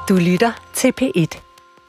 Du lytter til P1.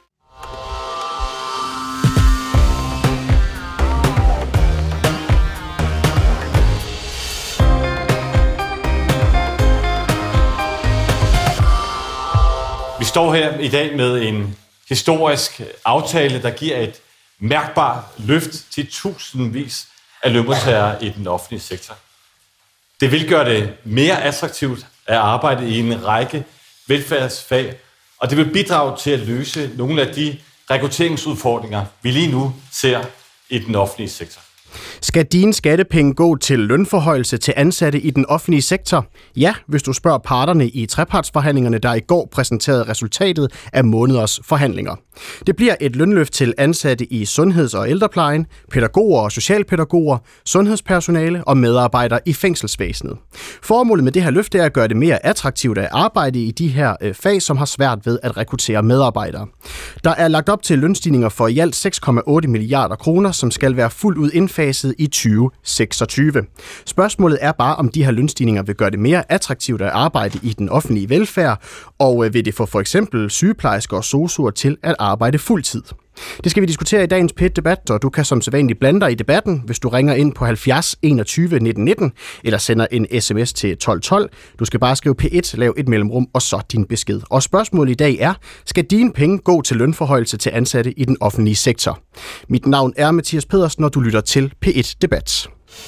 Vi står her i dag med en historisk aftale, der giver et mærkbart løft til tusindvis af lønmodtagere i den offentlige sektor. Det vil gøre det mere attraktivt at arbejde i en række velfærdsfag, og det vil bidrage til at løse nogle af de rekrutteringsudfordringer, vi lige nu ser i den offentlige sektor. Skal dine skattepenge gå til lønforhøjelse til ansatte i den offentlige sektor? Ja, hvis du spørger parterne i trepartsforhandlingerne, der i går præsenterede resultatet af måneders forhandlinger. Det bliver et lønløft til ansatte i sundheds- og ældreplejen, pædagoger og socialpædagoger, sundhedspersonale og medarbejdere i fængselsvæsenet. Formålet med det her løft er at gøre det mere attraktivt at arbejde i de her fag, som har svært ved at rekruttere medarbejdere. Der er lagt op til lønstigninger for i alt 6,8 milliarder kroner, som skal være fuldt ud indfaset i 2026. Spørgsmålet er bare, om de her lønstigninger vil gøre det mere attraktivt at arbejde i den offentlige velfærd, og vil det få for eksempel sygeplejersker og sosu'er til at arbejde fuldtid. Det skal vi diskutere i dagens P1-debat, og du kan som sædvanligt blande dig i debatten, hvis du ringer ind på 70 21 19 19, eller sender en sms til 1212. Du skal bare skrive P1, lav et mellemrum, og så din besked. Og spørgsmålet i dag er, skal dine penge gå til lønforhøjelse til ansatte i den offentlige sektor? Mit navn er Mathias Pedersen, og du lytter til P1-debat.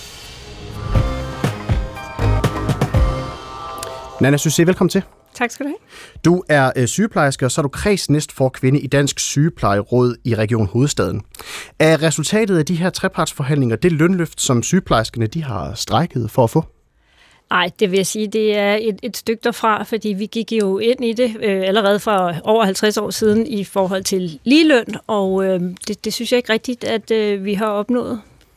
Nanna Sucé, velkommen til. Tak skal du have. Du er sygeplejerske, og så er du kredsnæstforkvinde i Dansk Sygeplejeråd i Region Hovedstaden. Er resultatet af de her trepartsforhandlinger det lønløft, som sygeplejerskerne de har strejket for at få? Nej, det vil jeg sige, det er et stykke derfra, fordi vi gik jo ind i det allerede for over 50 år siden i forhold til ligeløn, og det synes jeg ikke rigtigt, at vi har opnået.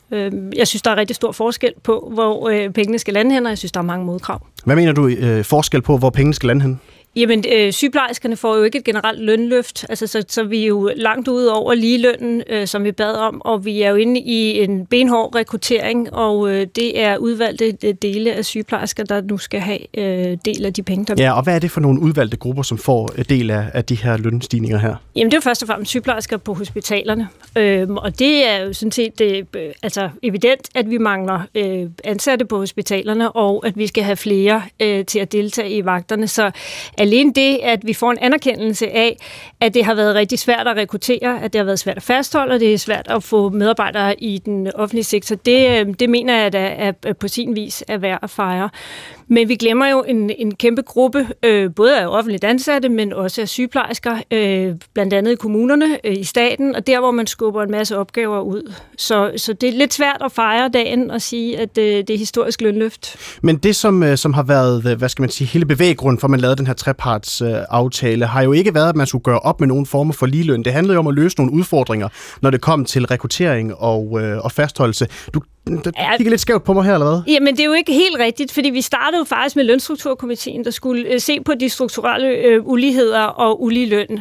Jeg synes, der er rigtig stor forskel på, hvor pengene skal lande hen, og jeg synes, der er mange modkrav. Hvad mener du forskel på, hvor pengene skal lande hen? Jamen, sygeplejerskerne får jo ikke et generelt lønløft, altså, så vi er jo langt ude over ligelønnen, som vi bad om, og vi er jo inde i en benhård rekruttering, og det er udvalgte dele af sygeplejersker, der nu skal have del af de penge, der... Ja, og hvad er det for nogle udvalgte grupper, som får del af de her lønstigninger her? Jamen, det er jo først og fremmest sygeplejersker på hospitalerne, og det er jo sådan set evident, at vi mangler ansatte på hospitalerne, og at vi skal have flere til at deltage i vagterne, så alene det, at vi får en anerkendelse af, at det har været rigtig svært at rekruttere, at det har været svært at fastholde, og det er svært at få medarbejdere i den offentlige sektor, det mener jeg, at på sin vis er værd at fejre. Men vi glemmer jo en kæmpe gruppe, både af offentligt ansatte, men også af sygeplejersker, blandt andet i kommunerne, i staten, og der, hvor man skubber en masse opgaver ud. Så det er lidt svært at fejre dagen og sige, at det er historisk lønløft. Men det, som har været, hvad skal man sige, hele bevæggrunden for, at man lavede den her trepartsaftale, har jo ikke været, at man skulle gøre op med nogen former for ligeløn. Det handlede jo om at løse nogle udfordringer, når det kom til rekruttering og fastholdelse. Du kigger lidt skævt på mig her, eller hvad? Jamen, det er jo ikke helt rigtigt, fordi vi startede jo faktisk med Lønstrukturkomiteen, der skulle se på de strukturelle uligheder og uligeløn.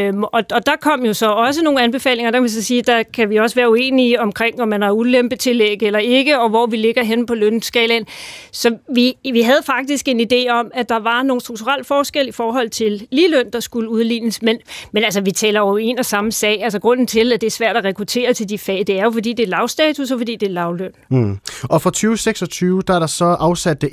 Og der kom jo så også nogle anbefalinger, der kan vi så sige, der kan vi også være uenige omkring, om man har ulempetillæg eller ikke, og hvor vi ligger henne på lønskalaen. Så vi havde faktisk en idé om, at der var nogle strukturelle forskel i forhold til ligeløn, der skulle udlignes, men altså, vi taler jo en og samme sag. Altså, grunden til, at det er svært at rekruttere til de fag, det er jo, fordi det er lavstatus, og fordi det er lavløn. Og for 2026, der er der så afsat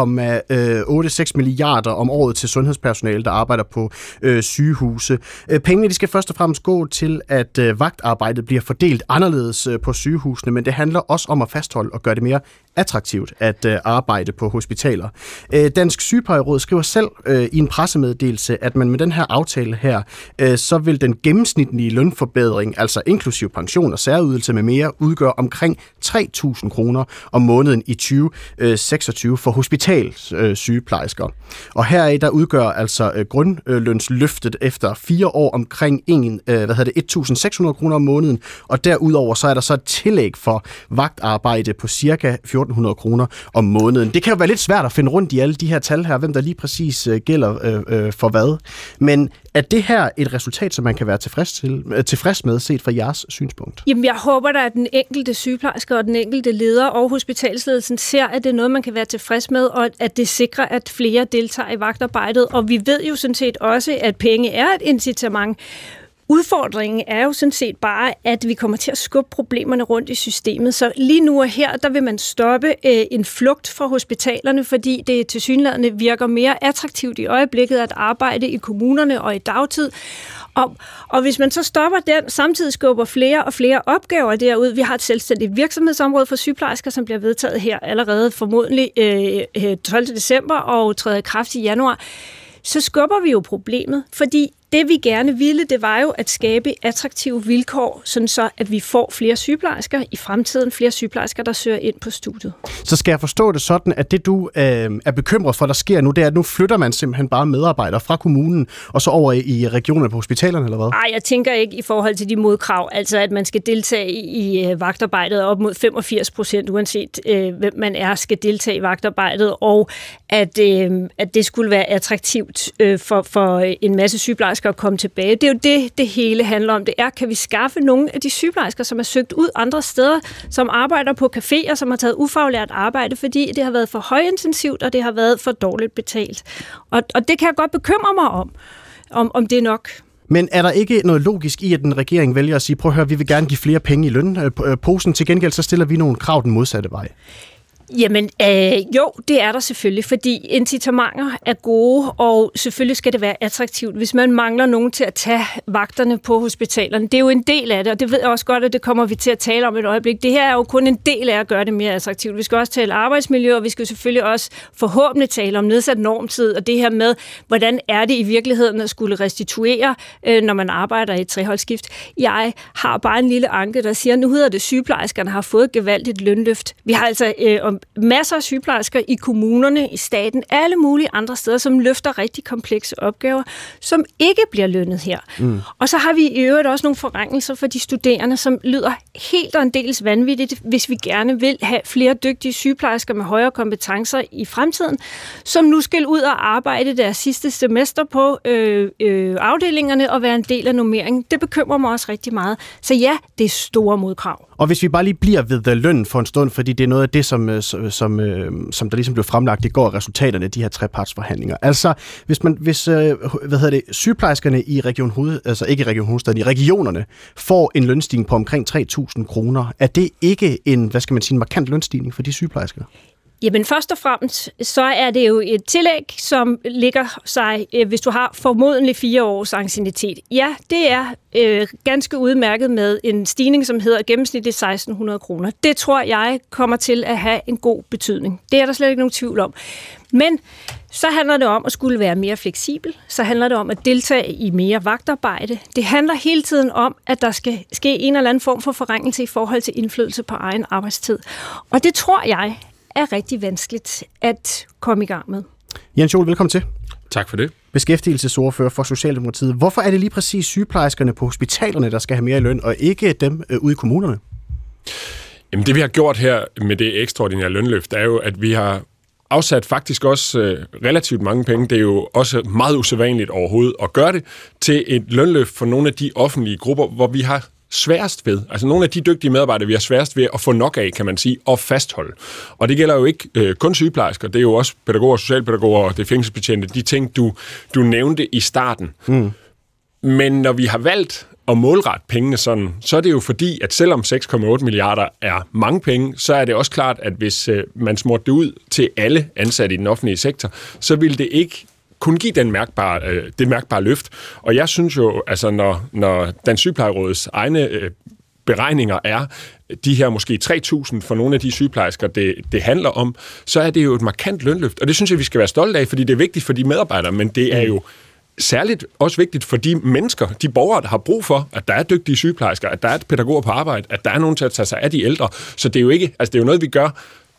1,86 milliarder om året til sundhedspersonale, der arbejder på sygehuse. Pengene de skal først og fremmest gå til, at vagtarbejdet bliver fordelt anderledes på sygehusene, men det handler også om at fastholde og gøre det mere attraktivt at arbejde på hospitaler. Dansk Sygeplejeråd skriver selv i en pressemeddelelse, at man med den her aftale her, så vil den gennemsnitlige lønforbedring, altså inklusiv pension og særydelse med mere, udgøre omkring 3.000 kroner om måneden i 2026 for hospitalssygeplejersker. Og heraf der udgør altså grundlønsløftet efter 4 år omkring 1.600 kroner om måneden, og derudover så er der så et tillæg for vagtarbejde på cirka 1.400 1.400 kroner om måneden. Det kan jo være lidt svært at finde rundt i alle de her tal her, hvem der lige præcis gælder for hvad. Men er det her et resultat, som man kan være tilfreds med, set fra jeres synspunkt? Jamen, jeg håber da, at den enkelte sygeplejerske og den enkelte leder og hospitalsledelsen ser, at det er noget, man kan være tilfreds med, og at det sikrer, at flere deltager i vagtarbejdet. Og vi ved jo sådan set også, at penge er et incitament. Udfordringen er jo sådan set bare, at vi kommer til at skubbe problemerne rundt i systemet. Så lige nu og her, der vil man stoppe en flugt fra hospitalerne, fordi det tilsyneladende virker mere attraktivt i øjeblikket at arbejde i kommunerne og i dagtid. Og hvis man så stopper den, samtidig skubber flere og flere opgaver derud. Vi har et selvstændigt virksomhedsområde for sygeplejersker, som bliver vedtaget her allerede formodentlig 12. december og træder i kraft i januar. Så skubber vi jo problemet, fordi det vi gerne ville, det var jo at skabe attraktive vilkår, sådan så at vi får flere sygeplejersker i fremtiden, flere sygeplejersker, der søger ind på studiet. Så skal jeg forstå det sådan, at det du er bekymret for, der sker nu, det er, at nu flytter man simpelthen bare medarbejdere fra kommunen og så over i regionerne på hospitalerne, eller hvad? Nej, jeg tænker ikke i forhold til de modkrav, altså at man skal deltage i vagtarbejdet op mod 85%, uanset hvem man er, skal deltage i vagtarbejdet, og at det skulle være attraktivt for en masse sygeplejersker at komme tilbage. Det er jo det hele handler om. Det er, kan vi skaffe nogle af de sygeplejersker, som er søgt ud andre steder, som arbejder på caféer, som har taget ufaglært arbejde, fordi det har været for højintensivt, og det har været for dårligt betalt. Og det kan jeg godt bekymre mig om det er nok. Men er der ikke noget logisk i, at den regering vælger at sige, prøv at høre, vi vil gerne give flere penge i lønposen, til gengæld så stiller vi nogle krav den modsatte vej? Jamen, jo, det er der selvfølgelig, fordi incitamenter er gode, og selvfølgelig skal det være attraktivt. Hvis man mangler nogen til at tage vagterne på hospitalerne, det er jo en del af det, og det ved jeg også godt, at det kommer vi til at tale om et øjeblik. Det her er jo kun en del af at gøre det mere attraktivt. Vi skal også tale arbejdsmiljø, og vi skal selvfølgelig også forhåbentlig tale om nedsat normtid, og det her med, hvordan er det i virkeligheden at skulle restituere, når man arbejder i et treholdsskift. Jeg har bare en lille anke, der siger, nu hedder det, sygeplejerskerne har fået gevaldigt lønløft. Vi har altså masser af sygeplejersker i kommunerne, i staten, alle mulige andre steder, som løfter rigtig komplekse opgaver, som ikke bliver lønnet her. Og så har vi i øvrigt også nogle forringelser for de studerende, som lyder helt og en dels vanvittigt, hvis vi gerne vil have flere dygtige sygeplejersker med højere kompetencer i fremtiden, som nu skal ud og arbejde deres sidste semester på afdelingerne og være en del af normeringen. Det bekymrer mig også rigtig meget. Så ja, det er store modkrav. Og hvis vi bare lige bliver ved lønnen for en stund, fordi det er noget af det, som der ligesom blev fremlagt i går, resultaterne af de her trepartsforhandlinger. Altså, hvis sygeplejerskerne i regionerne får en lønstigning på omkring 3.000 kroner, er det ikke en, markant lønstigning for de sygeplejersker? Jamen først og fremmest, så er det jo et tillæg, som ligger sig, hvis du har formodentlig 4 års anciennitet. Ja, det er ganske udmærket med en stigning, som hedder gennemsnitligt 1.600 kroner. Det tror jeg kommer til at have en god betydning. Det er der slet ikke nogen tvivl om. Men så handler det om at skulle være mere fleksibel. Så handler det om at deltage i mere vagtarbejde. Det handler hele tiden om, at der skal ske en eller anden form for forringelse i forhold til indflydelse på egen arbejdstid. Og det tror jeg er rigtig vanskeligt at komme i gang med. Jens Joel, velkommen til. Tak for det. Beskæftigelsesordfører for Socialdemokratiet. Hvorfor er det lige præcis sygeplejerskerne på hospitalerne, der skal have mere i løn, og ikke dem ude i kommunerne? Jamen det vi har gjort her med det ekstraordinære lønløft, er jo, at vi har afsat faktisk også relativt mange penge. Det er jo også meget usædvanligt overhovedet at gøre det til et lønløft for nogle af de offentlige grupper, hvor vi har sværest ved, altså nogle af de dygtige medarbejdere, vi har sværest ved at få nok af, kan man sige, og fastholde. Og det gælder jo ikke kun sygeplejersker, det er jo også pædagoger, socialpædagoger og det fængselsbetjente, de ting, du nævnte i starten. Men når vi har valgt at målrette pengene sådan, så er det jo fordi, at selvom 6,8 milliarder er mange penge, så er det også klart, at hvis man smurte det ud til alle ansatte i den offentlige sektor, så vil det ikke kunne give det mærkbare løft. Og jeg synes jo, altså når Dansk Sygeplejerådets egne beregninger er de her måske 3.000 for nogle af de sygeplejersker, det handler om, så er det jo et markant lønløft. Og det synes jeg, vi skal være stolte af, fordi det er vigtigt for de medarbejdere, men det er jo særligt også vigtigt for de mennesker, de borgere, der har brug for, at der er dygtige sygeplejersker, at der er pædagoger på arbejde, at der er nogen til at tage sig af de ældre. Så det er jo ikke, altså det er jo noget, vi gør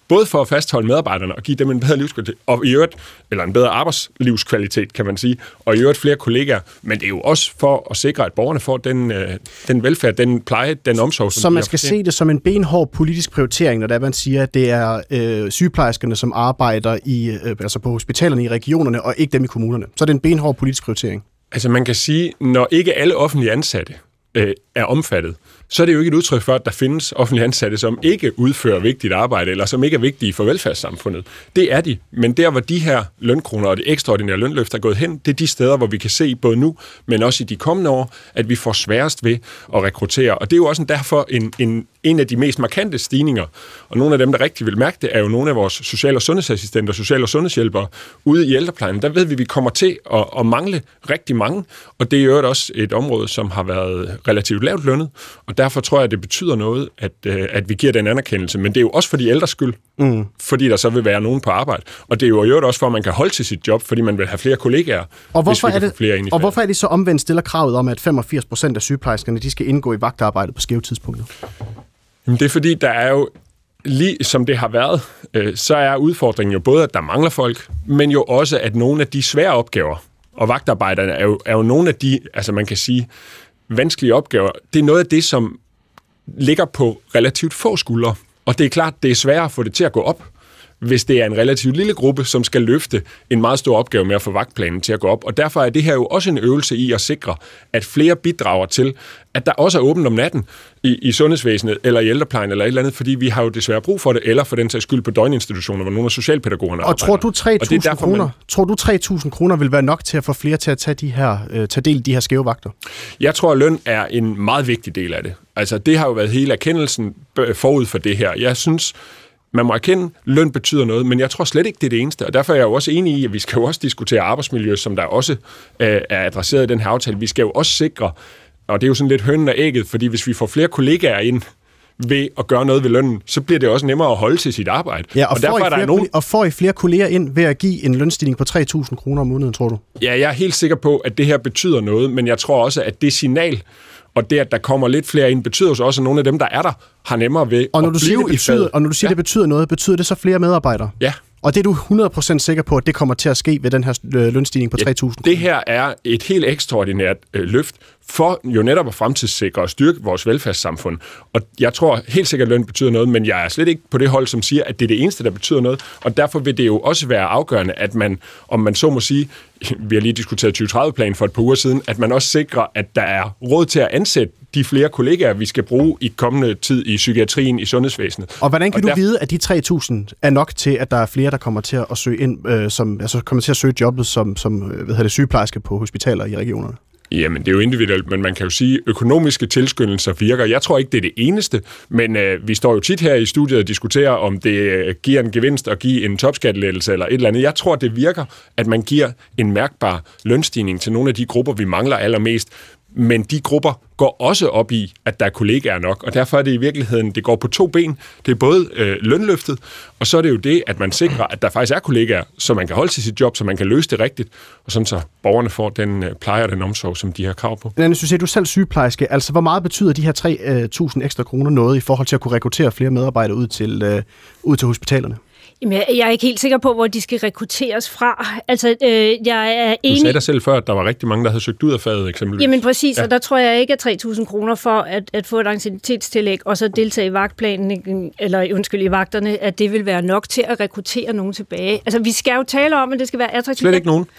både for at fastholde medarbejderne og give dem en bedre livskvalitet, og i øvrigt, eller en bedre arbejdslivskvalitet, kan man sige, og i øvrigt flere kollegaer, men det er jo også for at sikre, at borgerne får den velfærd, den pleje, den omsorg. Så man skal se det som en benhård politisk prioritering, når man siger, at det er sygeplejerskerne, som arbejder altså på hospitalerne i regionerne, og ikke dem i kommunerne. Så er det en benhård politisk prioritering. Altså man kan sige, når ikke alle offentlige ansatte er omfattet, så er det jo ikke et udtryk for, at der findes offentlige ansatte, som ikke udfører vigtigt arbejde, eller som ikke er vigtige for velfærdssamfundet. Det er de, men der, hvor de her lønkroner og det ekstraordinære lønløft er gået hen, det er de steder, hvor vi kan se både nu, men også i de kommende år, at vi får sværest ved at rekruttere. Og det er jo også derfor en af de mest markante stigninger, og nogle af dem, der rigtig vil mærke det, er jo nogle af vores social- og sundhedsassistenter, social- og sundhedshjælpere ude i ældreplejen. Der ved vi kommer til at mangle rigtig mange, og det er jo også et område, som har været relativt lavt lønnet, og derfor tror jeg, at det betyder noget, at vi giver den anerkendelse. Men det er jo også for de ældres skyld, fordi der så vil være nogen på arbejde. Og det er jo også for, at man kan holde til sit job, fordi man vil have flere kollegaer, og hvorfor hvis vi kan få flere ind i faget. Hvorfor er det så omvendt stiller kravet om, at 85% af sygeplejerskerne de skal indgå i vagtarbejdet på skæve tidspunkter? Jamen, det er fordi, der er jo, lige som det har været, så er udfordringen jo både, at der mangler folk, men jo også, at nogle af de svære opgaver, og vagtarbejderne er jo nogle af de, altså man kan sige, vanskelige opgaver, det er noget af det, som ligger på relativt få skuldre. Og det er klart, det er sværere at få det til at gå op, hvis det er en relativt lille gruppe, som skal løfte en meget stor opgave med at få vagtplanen til at gå op. Og derfor er det her jo også en øvelse i at sikre, at flere bidrager til, at der også er åbent om natten i sundhedsvæsenet, eller i ældreplejen, eller et eller andet, fordi vi har jo desværre brug for det, eller for den sags skyld på døgninstitutioner, hvor nogle af socialpædagogerne arbejder. Og tror du 3.000 kroner vil være nok til at få flere til at tage del i de her skæve vagter? Jeg tror, at løn er en meget vigtig del af det. Altså, det har jo været hele erkendelsen forud for det her. Jeg synes, man må erkende, at løn betyder noget, men jeg tror slet ikke, det er det eneste. Og derfor er jeg jo også enig i, at vi skal jo også diskutere arbejdsmiljø, som der også er adresseret i den her aftale. Vi skal jo også sikre, og det er jo sådan lidt hønen og ægget, fordi hvis vi får flere kollegaer ind ved at gøre noget ved lønnen, så bliver det også nemmere at holde til sit arbejde. Ja, og får I flere kolleger ind ved at give en lønstigning på 3.000 kroner om måneden, tror du? Ja, jeg er helt sikker på, at det her betyder noget, men jeg tror også, at det signal, og det, at der kommer lidt flere ind, betyder så også, at nogle af dem, der er der, har nemmere ved at blive i faget. Og når du siger, det betyder noget, betyder det så flere medarbejdere? Ja. Og det er du 100% sikker på, at det kommer til at ske ved den her lønstigning på 3.000 kroner? Det her er et helt ekstraordinært løft for jo netop at fremtidssikre og styrke vores velfærdssamfund. Og jeg tror helt sikkert, at løn betyder noget, men jeg er slet ikke på det hold, som siger, at det er det eneste, der betyder noget. Og derfor vil det jo også være afgørende, at man, om man så må sige, vi har lige diskuteret 2030-planen for et par uger siden, at man også sikrer, at der er råd til at ansætte de flere kollegaer, vi skal bruge i kommende tid i psykiatrien, i sundhedsvæsenet. Og hvordan kan du vide, at de 3.000 er nok til, at der er flere, der kommer til at søge ind, kommer til at søge jobbet som sygeplejerske på hospitaler i regionerne? Jamen, det er jo individuelt, men man kan jo sige, at økonomiske tilskyndelser virker. Jeg tror ikke, det er det eneste, men vi står jo tit her i studiet og diskuterer, om det giver en gevinst at give en topskattelettelse eller et eller andet. Jeg tror, det virker, at man giver en mærkbar lønstigning til nogle af de grupper, vi mangler allermest. Men de grupper går også op i, at der er kollegaer nok, og derfor er det i virkeligheden, det går på to ben. Det er både lønløftet, og så er det jo det, at man sikrer, at der faktisk er kollegaer, så man kan holde til sit job, så man kan løse det rigtigt, og sådan så borgerne får den pleje og den omsorg, som de har krav på. Men du siger, du er selv sygeplejerske. Altså, hvor meget betyder de her 3.000 ekstra kroner noget i forhold til at kunne rekruttere flere medarbejdere ud til hospitalerne? Jamen, jeg er ikke helt sikker på, hvor de skal rekrutteres fra. Altså, jeg er enig... Du sagde dig selv før, at der var rigtig mange, der havde søgt ud af faget, eksempelvis. Jamen præcis, og der tror jeg ikke, at 3.000 kroner for at få et anciennitetstillæg og så deltage i vagtplanen, i vagterne, at det vil være nok til at rekruttere nogen tilbage. Altså, vi skal jo tale om, at det skal være attraktivt. Slet ikke nogen.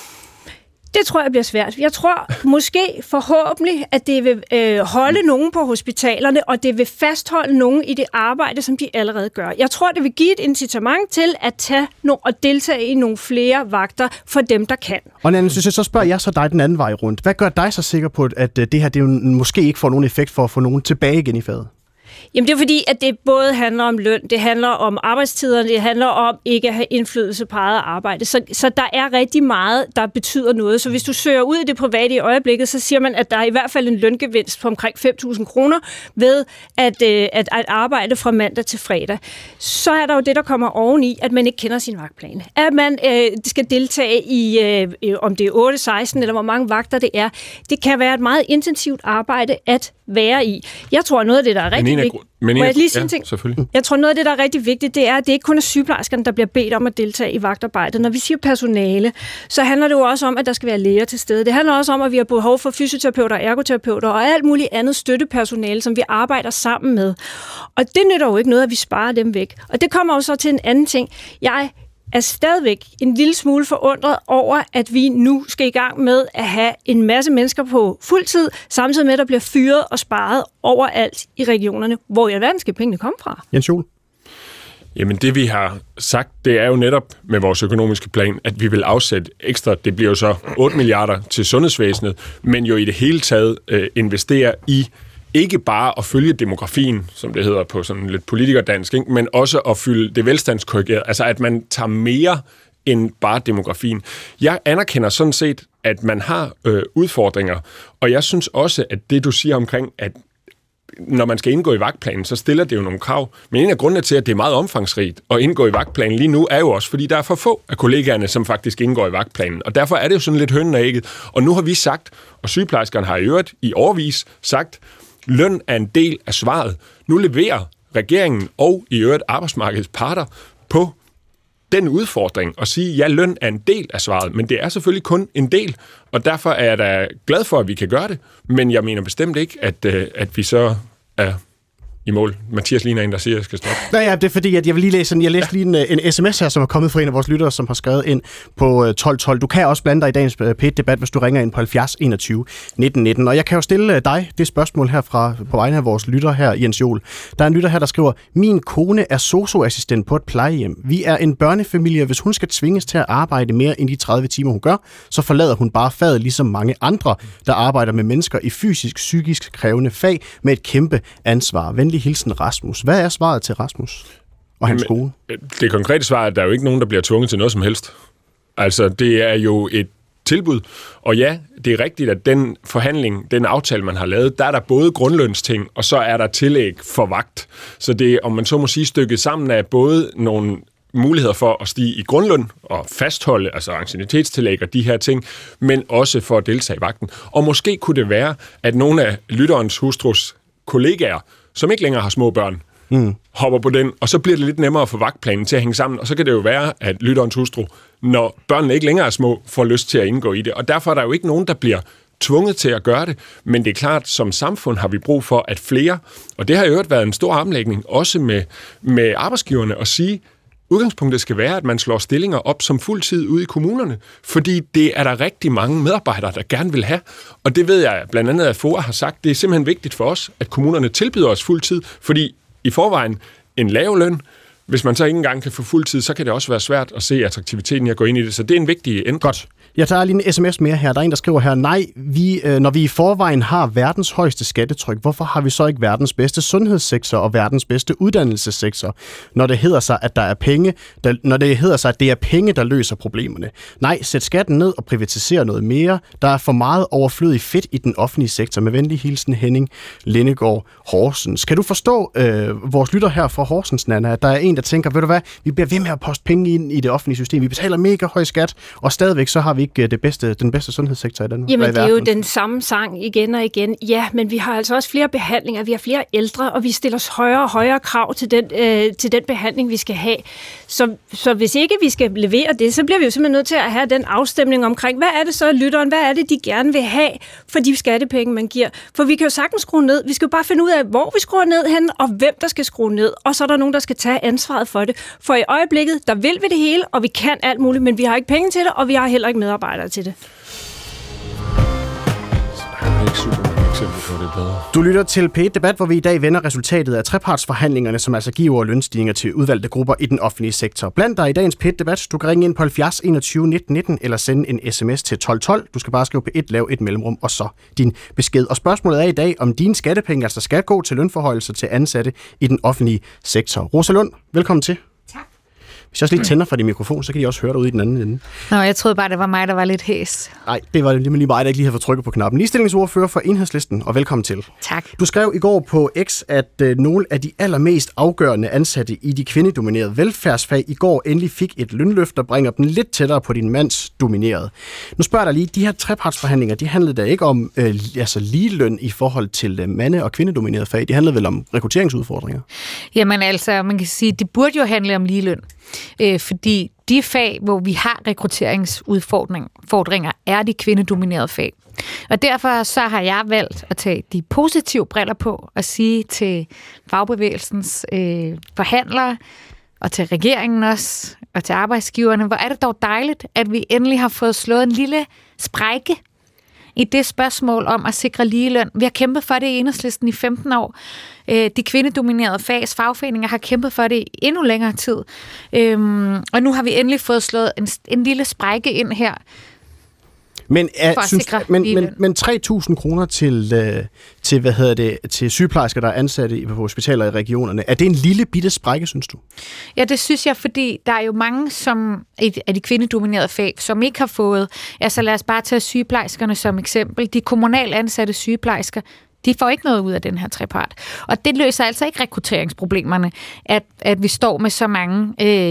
Det tror jeg bliver svært. Jeg tror måske forhåbentlig, at det vil holde nogen på hospitalerne, og det vil fastholde nogen i det arbejde, som de allerede gør. Jeg tror, det vil give et incitament til at tage og deltage i nogle flere vagter for dem, der kan. Og Nanne, så spørger jeg så dig den anden vej rundt. Hvad gør dig så sikker på, at det her det måske ikke får nogen effekt for at få nogen tilbage igen i faget? Jamen det er fordi, at det både handler om løn, det handler om arbejdstider, det handler om ikke at have indflydelse på eget arbejde. Så der er rigtig meget, der betyder noget. Så hvis du søger ud i det private i øjeblikket, så siger man, at der er i hvert fald en løngevinst på omkring 5.000 kroner ved at arbejde fra mandag til fredag. Så er der jo det, der kommer oveni, at man ikke kender sin vagtplan. At man skal deltage i, om det er 8, 16 eller hvor mange vagter det er. Det kan være et meget intensivt arbejde at være i. Jeg tror, noget af det, der er rigtig vigtigt... Må jeg lige sige en ting? Selvfølgelig. Jeg tror, noget af det, der er rigtig vigtigt, det er, at det ikke kun er sygeplejerskerne, der bliver bedt om at deltage i vagtarbejdet. Når vi siger personale, så handler det jo også om, at der skal være læger til stede. Det handler også om, at vi har behov for fysioterapeuter, ergoterapeuter og alt muligt andet støttepersonale, som vi arbejder sammen med. Og det nytter jo ikke noget, at vi sparer dem væk. Og det kommer jo så til en anden ting. Jeg er stadigvæk en lille smule forundret over, at vi nu skal i gang med at have en masse mennesker på fuld tid, samtidig med, at der bliver fyret og sparet overalt i regionerne. Hvor i alverden skal pengene komme fra? Jens Joel? Jamen det vi har sagt, det er jo netop med vores økonomiske plan, at vi vil afsætte ekstra, det bliver jo så 8 milliarder til sundhedsvæsenet, men jo i det hele taget investere i ikke bare at følge demografien, som det hedder på sådan lidt politikerdansk, ikke? Men også at fylde det velstandskorrigeret, altså at man tager mere end bare demografien. Jeg anerkender sådan set, at man har udfordringer, og jeg synes også, at det du siger omkring, at når man skal indgå i vagtplanen, så stiller det jo nogle krav. Men en af grundene til, at det er meget omfangsrigt at indgå i vagtplanen lige nu, er jo også, fordi der er for få af kollegaerne, som faktisk indgår i vagtplanen. Og derfor er det jo sådan lidt hønnen og ægget. Og nu har vi sagt, og sygeplejerskerne har i øvrigt i årevis sagt, løn er en del af svaret. Nu leverer regeringen og i øvrigt arbejdsmarkedets parter på den udfordring og sige, ja, løn er en del af svaret, men det er selvfølgelig kun en del, og derfor er jeg da glad for, at vi kan gøre det, men jeg mener bestemt ikke, at vi så er i mål. Mathias ligner en, der siger, at jeg skal stoppe. Ja, det er fordi, at jeg vil lige læse jeg læste lige en sms her, som er kommet fra en af vores lyttere, som har skrevet ind på 1212. Du kan også blande dig i dagens P1-debat, hvis du ringer ind på 70 21 1919. Og jeg kan jo stille dig det spørgsmål her på vegne af vores lytter her, Jens Joel. Der er en lytter her, der skriver, min kone er sosu-assistent på et plejehjem. Vi er en børnefamilie, hvis hun skal tvinges til at arbejde mere end de 30 timer, hun gør, så forlader hun bare faget, ligesom mange andre, der arbejder med mennesker i fysisk, psykisk krævende fag med et kæmpe ansvar. Venlig hilsen Rasmus. Hvad er svaret til Rasmus og hans kone? Det konkrete svar er, at der er jo ikke nogen, der bliver tvunget til noget som helst. Altså, det er jo et tilbud. Og ja, det er rigtigt, at den forhandling, den aftale, man har lavet, der er der både grundlønsting, og så er der tillæg for vagt. Så det er, om man så må sige, stykket sammen af både nogle muligheder for at stige i grundløn og fastholde, altså anciennitetstillæg og de her ting, men også for at deltage i vagten. Og måske kunne det være, at nogle af lytterens hustrus kollegaer, som ikke længere har små børn, hopper på den, og så bliver det lidt nemmere for vagtplanen til at hænge sammen, og så kan det jo være, at lytterens hustru, når børnene ikke længere er små, får lyst til at indgå i det. Og derfor er der jo ikke nogen, der bliver tvunget til at gøre det, men det er klart, som samfund har vi brug for, at flere, og det har jo øvrigt været en stor armlægning, også med arbejdsgiverne, at sige, udgangspunktet skal være, at man slår stillinger op som fuldtid ude i kommunerne, fordi det er der rigtig mange medarbejdere, der gerne vil have. Og det ved jeg blandt andet, at FOA har sagt, det er simpelthen vigtigt for os, at kommunerne tilbyder os fuldtid, fordi i forvejen en lav løn, hvis man så ikke engang kan få fuldtid, så kan det også være svært at se attraktiviteten i at gå ind i det. Så det er en vigtig ændring. Godt. Jeg tager lige en sms mere her. Der er en, der skriver her, nej, når vi i forvejen har verdens højeste skattetryk, hvorfor har vi så ikke verdens bedste sundhedssektor og verdens bedste uddannelsessektor, når det hedder sig, at det er penge, der løser problemerne? Nej, sæt skatten ned og privatiser noget mere. Der er for meget overflødig fedt i den offentlige sektor. Med venlig hilsen Henning Lindegård Horsens. Kan du forstå vores lytter her fra Horsens, Nana, at der er en, der tænker, ved du hvad, vi bliver ved med at poste penge ind i det offentlige system. Vi betaler mega høj skat, og stadigvæk så har vi ikke den bedste sundhedssektor i Danmark. Jamen, det er jo den samme sang igen og igen. Ja, men vi har altså også flere behandlinger, vi har flere ældre, og vi stiller os højere og højere krav til den behandling, vi skal have. Så hvis ikke vi skal levere det, så bliver vi jo simpelthen nødt til at have den afstemning omkring, hvad er det så, lytteren, hvad er det, de gerne vil have for de skattepenge, man giver? For vi kan jo sagtens skrue ned. Vi skal jo bare finde ud af, hvor vi skruer ned hen, og hvem der skal skrue ned. Og så er der nogen, der skal tage ansvaret for det. For i øjeblikket, der vil vi det hele, og vi kan alt muligt, men vi har ikke penge til det, og vi har heller ikke medarbejdere til det. Du lytter til P1-debat, hvor vi i dag vender resultatet af trepartsforhandlingerne, som altså giver lønstigninger til udvalgte grupper i den offentlige sektor. Bland dig i dagens P1-debat. Du kan ringe ind på 70 21 19 19 eller sende en sms til 1212. Du skal bare skrive P1, lav et mellemrum og så din besked. Og spørgsmålet er i dag, om dine skattepenge altså skal gå til lønforhøjelser til ansatte i den offentlige sektor. Rosa Lund, velkommen til. Hvis jeg også lige tænder for din mikrofon, så kan de også høre dig ude i den anden ende. Nå, jeg troede bare, det var mig, der var lidt hæs. Nej, det var lige mig, der ikke lige havde fået trykket på knappen. Ligestillingsordfører for Enhedslisten, og velkommen til. Tak. Du skrev i går på X, at nogle af de allermest afgørende ansatte i de kvindedominerede velfærdsfag i går endelig fik et lønløft, der bringer dem lidt tættere på din mands dominerede. Nu spørger jeg dig lige, de her trepartsforhandlinger, de handlede da ikke om ligeløn i forhold til mande- og kvindedominerede fag. De handlede vel om rekrutteringsudfordringer? Jamen altså, man kan sige, det burde jo handle om ligeløn. Fordi de fag, hvor vi har rekrutteringsudfordringer, er de kvindedominerede fag. Og derfor så har jeg valgt at tage de positive briller på og sige til fagbevægelsens forhandlere, og til regeringen også, og til arbejdsgiverne, hvor er det dog dejligt, at vi endelig har fået slået en lille sprække i det spørgsmål om at sikre ligeløn. Vi har kæmpet for det i Enhedslisten i 15 år. De kvindedominerede fags fagforeninger har kæmpet for det i endnu længere tid. Og nu har vi endelig fået slået en lille sprække ind her. Men 3.000 kroner til sygeplejersker, der er ansatte på hospitaler i regionerne, er det en lille bitte sprække, synes du? Ja, det synes jeg, fordi der er jo mange af de kvindedominerede fag, som ikke har fået. Altså lad os bare tage sygeplejerskerne som eksempel. De kommunalt ansatte sygeplejersker, de får ikke noget ud af den her trepart. Og det løser altså ikke rekrutteringsproblemerne, at vi står med så mange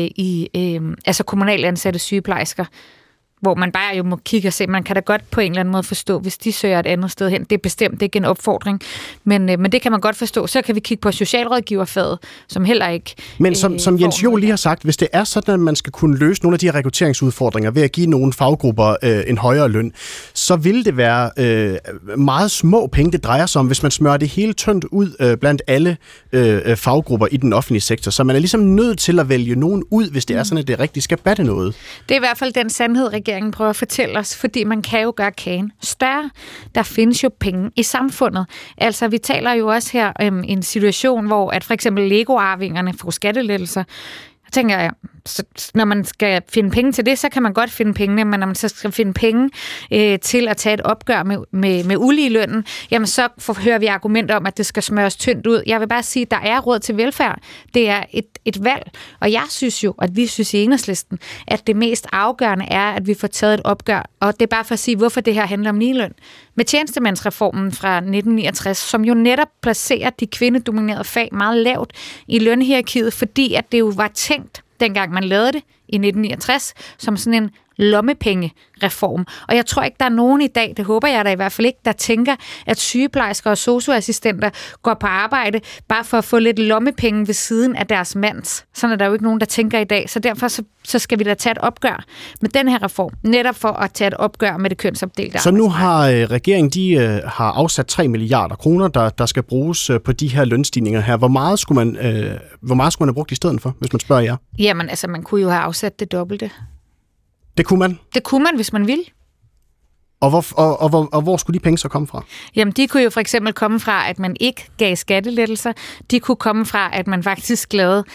kommunalt ansatte sygeplejersker, hvor man bare jo må kigge og se, man kan da godt på en eller anden måde forstå, hvis de søger et andet sted hen. Det er bestemt ikke en opfordring, men det kan man godt forstå. Så kan vi kigge på socialrådgiverfaget, som heller ikke... Men som Jens Joel lige har sagt, hvis det er sådan, at man skal kunne løse nogle af de her rekrutteringsudfordringer ved at give nogle faggrupper en højere løn, så vil det være meget små penge, det drejer sig om, hvis man smører det hele tyndt ud blandt alle faggrupper i den offentlige sektor. Så man er ligesom nødt til at vælge nogen ud, hvis det er sådan, at det rigtigt skal batte noget. Det er i hvert fald den sandhed, regeringen prøver at fortælle os, fordi man kan jo gøre kagen større. Der findes jo penge i samfundet. Altså, vi taler jo også her om en situation, hvor at for eksempel Lego-arvingerne får skattelettelser. Jeg tænker, når man skal finde penge til det, så kan man godt finde pengene, men når man så skal finde penge til at tage et opgør med uligelønnen, jamen så hører vi argumenter om, at det skal smøres tyndt ud. Jeg vil bare sige, at der er råd til velfærd. Det er et valg, og jeg synes jo, at vi synes i Enhedslisten, at det mest afgørende er, at vi får taget et opgør, og det er bare for at sige, hvorfor det her handler om ligeløn. Med tjenestemandsreformen fra 1969, som jo netop placerer de kvindedominerede fag meget lavt i lønhierarkiet, fordi at det jo var tænkt, dengang man lavede det i 1969, som sådan en lommepengereform. Og jeg tror ikke, der er nogen i dag, det håber jeg da i hvert fald ikke, der tænker, at sygeplejersker og sosu-assistenter går på arbejde bare for at få lidt lommepenge ved siden af deres mands. Sådan er der jo ikke nogen, der tænker i dag. Så derfor så skal vi da tage et opgør med den her reform, netop for at tage et opgør med det kønsopdelte. Så nu har regeringen, har afsat 3 milliarder kroner, der skal bruges på de her lønstigninger her. Hvor meget skulle man have brugt i stedet for, hvis man spørger jer? Jamen, altså, man kunne jo have afsat det dobbelte. Det kunne man? Det kunne man, hvis man ville. Og hvor skulle de penge så komme fra? Jamen, de kunne jo for eksempel komme fra, at man ikke gav skattelettelser. De kunne komme fra, at man faktisk lavede,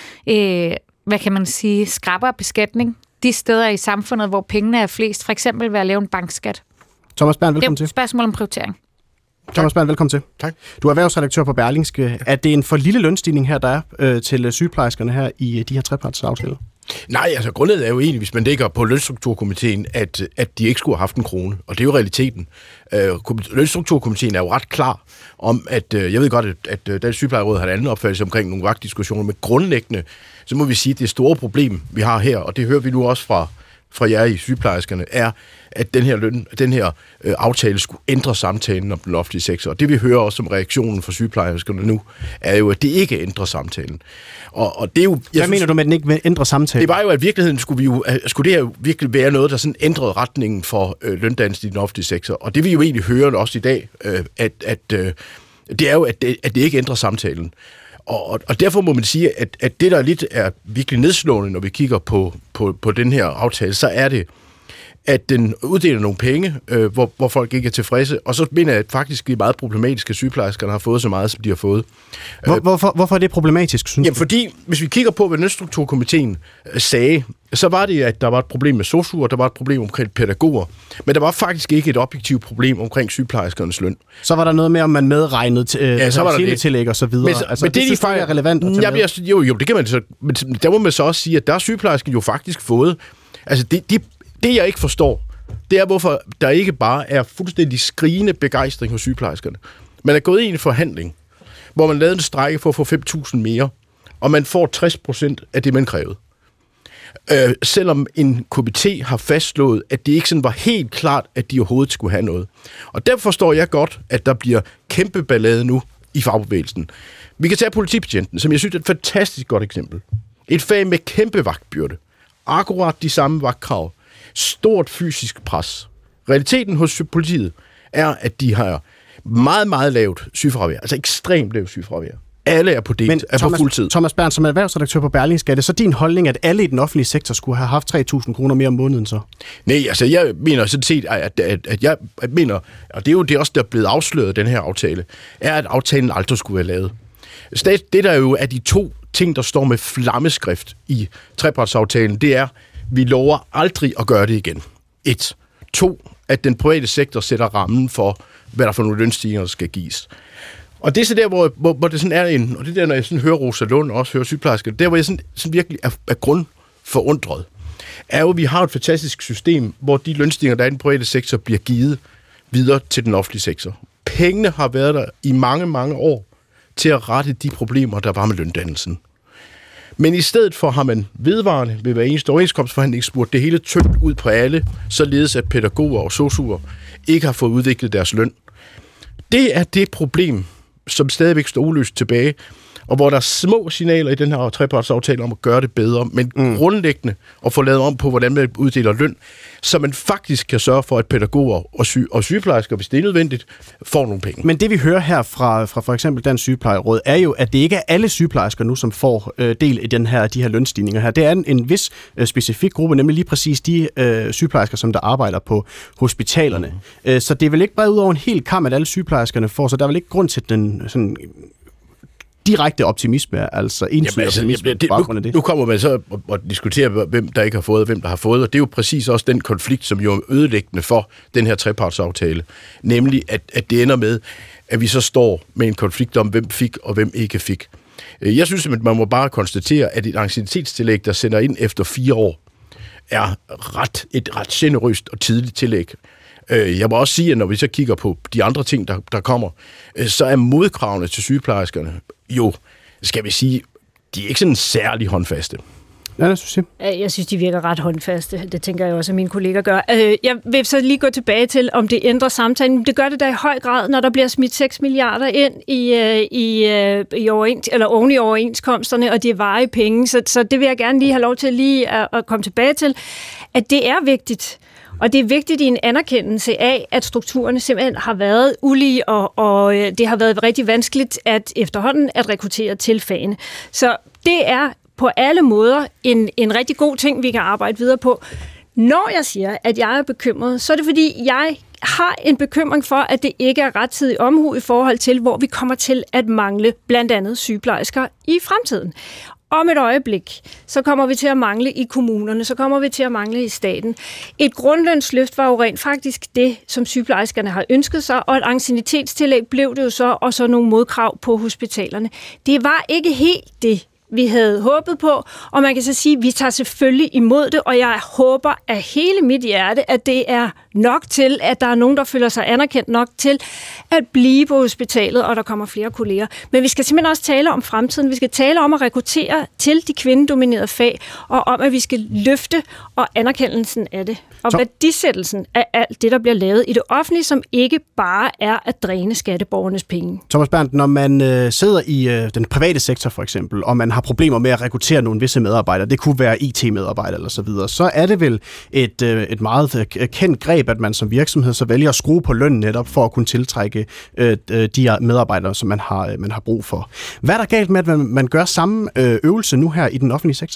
skrappere beskatning. De steder i samfundet, hvor pengene er flest, for eksempel ved at lave en bankskat. Thomas Bernd, velkommen til. Det er et spørgsmål om prioritering. Thomas Bernd, velkommen til. Tak. Du er erhvervsredaktør på Berlingske. Er det en for lille lønstigning her, der er til sygeplejerskerne her i de her trepartsaftaler? Nej, altså grundlaget er jo egentlig, hvis man dækker på lønstrukturkomiteen, at de ikke skulle have haft en krone, og det er jo realiteten. Lønstrukturkomiteen er jo ret klar om, at jeg ved godt, at Dansk Sygeplejeråd har en anden opfattelse omkring nogle vagtdiskussioner, men grundlæggende, så må vi sige, at det store problem, vi har her, og det hører vi nu også fra jer i sygeplejerskerne, er, at den her aftale skulle ændre samtalen om den offentlige sektor. Og det vi hører også som reaktionen fra sygeplejerskerne nu, er jo, at det ikke ændrer samtalen. Og det er jo... Hvad mener du med, at den ikke vil ændre samtalen? Det var jo, at i virkeligheden skulle det her virkelig være noget, der sådan ændrede retningen for løndannelsen i den offentlige sektor. Og det vi jo egentlig hører også i dag, det er jo, at det ikke ændrer samtalen. Og derfor må man sige, at det, der lidt er virkelig nedslående, når vi kigger på den her aftale, så er det, at den uddeler nogle penge, hvor folk ikke er tilfredse, og så mener jeg, at faktisk det er meget problematisk, at sygeplejerskerne har fået så meget, som de har fået. Hvorfor er det problematisk, synes du? Fordi, hvis vi kigger på, hvad Lønstrukturkomiteen sagde, så var det, at der var et problem med sosu'er, der var et problem omkring pædagoger, men der var faktisk ikke et objektivt problem omkring sygeplejerskernes løn. Så var der noget med, om man medregnede så var der tillæg og så videre. Men det synes jeg er relevant at tage med. Jo, det kan man så, men der må man så også sige, at der er sygeplejersken jo faktisk fået. Altså, det jeg ikke forstår, det er, hvorfor der ikke bare er fuldstændig skrigende begejstring hos sygeplejerskerne. Man er gået ind i en forhandling, hvor man lavede en strejke for at få 5.000 mere, og man får 60% af det, man krævede. Selvom en komité har fastslået, at det ikke sådan var helt klart, at de overhovedet skulle have noget. Og derfor forstår jeg godt, at der bliver kæmpe ballade nu i fagbevægelsen. Vi kan tage politibetjenten, som jeg synes er et fantastisk godt eksempel. Et fag med kæmpe vagtbyrde. Akkurat de samme vagtkrav. Stort fysisk pres. Realiteten hos politiet er, at de har meget, meget lavt sygefravær. Altså ekstremt lavt sygefravær. Alle er på på fuldtid. Thomas Bernt, som erhvervsredaktør på Berlingske, er det så din holdning, at alle i den offentlige sektor skulle have haft 3.000 kroner mere om måneden så? Nej, altså jeg mener sådan set, at jeg mener, og det er jo det også, der er blevet afsløret, den her aftale, er, at aftalen aldrig skulle være lavet. Det der jo er de to ting, der står med flammeskrift i trepartsaftalen, det er, vi lover aldrig at gøre det igen. 1. 2. At den private sektor sætter rammen for, hvad der for nogle lønstigninger, der skal gives. Og det er så der, hvor det sådan er en, og det der, når jeg sådan hører Rosa Lund og også hører sygeplejersker, der hvor jeg sådan virkelig er grundforundret, er jo, at vi har et fantastisk system, hvor de lønstigninger, der er i den private sektor, bliver givet videre til den offentlige sektor. Pengene har været der i mange, mange år til at rette de problemer, der var med løndannelsen. Men i stedet for har man vedvarende ved hver eneste overenskomstforhandling spurgt det hele tyndt ud på alle, således at pædagoger og sosuer ikke har fået udviklet deres løn. Det er det problem, som stadigvæk står uløst tilbage, og hvor der er små signaler i den her trepartsaftale om at gøre det bedre, men grundlæggende at få lavet om på, hvordan man uddeler løn, så man faktisk kan sørge for, at pædagoger og sygeplejersker, hvis det er nødvendigt, får nogle penge. Men det vi hører her fra for eksempel Dansk Sygeplejeråd, er jo, at det ikke er alle sygeplejersker nu, som får del i de her lønstigninger her. Det er en vis specifik gruppe, nemlig lige præcis de sygeplejersker, som der arbejder på hospitalerne. Så det er vel ikke bare ud over en hel kam, at alle sygeplejerskerne får, så der er vel ikke grund til den sådan direkte optimisme, altså entydig optimisme. Nu kommer man så og diskuterer, hvem der ikke har fået, og hvem der har fået, og det er jo præcis også den konflikt, som jo er ødelæggende for den her trepartsaftale, nemlig at det ender med, at vi så står med en konflikt om, hvem fik og hvem ikke fik. Jeg synes, at man må bare konstatere, at et anciennitetstillæg, der sender ind efter 4 år, er et ret generøst og tidligt tillæg. Jeg må også sige, at når vi så kigger på de andre ting, der kommer, så er modkravene til sygeplejerskerne jo, skal vi sige, de er ikke sådan særlig håndfaste. Ja, det synes jeg. Jeg synes, de virker ret håndfaste. Det tænker jeg også, at mine kolleger gør. Jeg vil så lige gå tilbage til, om det ændrer samtalen. Det gør det da i høj grad, når der bliver smidt 6 milliarder ind oven i overenskomsterne, og det er varige penge. Så det vil jeg gerne lige have lov til lige at komme tilbage til, at det er vigtigt. Og det er vigtigt i en anerkendelse af, at strukturerne simpelthen har været ulige, og det har været rigtig vanskeligt efterhånden at rekruttere til fagene. Så det er på alle måder en rigtig god ting, vi kan arbejde videre på. Når jeg siger, at jeg er bekymret, så er det fordi, jeg har en bekymring for, at det ikke er rettidig omhu i forhold til, hvor vi kommer til at mangle blandt andet sygeplejersker i fremtiden. Om et øjeblik, så kommer vi til at mangle i kommunerne, så kommer vi til at mangle i staten. Et grundlønsløft var jo rent faktisk det, som sygeplejerskerne har ønsket sig, og et anciennitetstillæg blev det jo så, og så nogle modkrav på hospitalerne. Det var ikke helt det, vi havde håbet på, og man kan så sige, at vi tager selvfølgelig imod det, og jeg håber af hele mit hjerte, at det er nok til, at der er nogen, der føler sig anerkendt nok til at blive på hospitalet, og der kommer flere kolleger. Men vi skal simpelthen også tale om fremtiden. Vi skal tale om at rekruttere til de kvindedominerede fag, og om, at vi skal løfte og anerkendelsen af det. Og værdisættelsen af alt det, der bliver lavet i det offentlige, som ikke bare er at dræne skatteborgernes penge. Thomas Bernt, når man sidder i den private sektor for eksempel, og man har problemer med at rekruttere nogle visse medarbejdere, det kunne være IT-medarbejdere eller så videre, så er det vel et meget kendt greb, at man som virksomhed så vælger at skrue på lønnen netop for at kunne tiltrække de medarbejdere, som man har brug for. Hvad er der galt med, at man gør samme øvelse nu her i den offentlige sektor?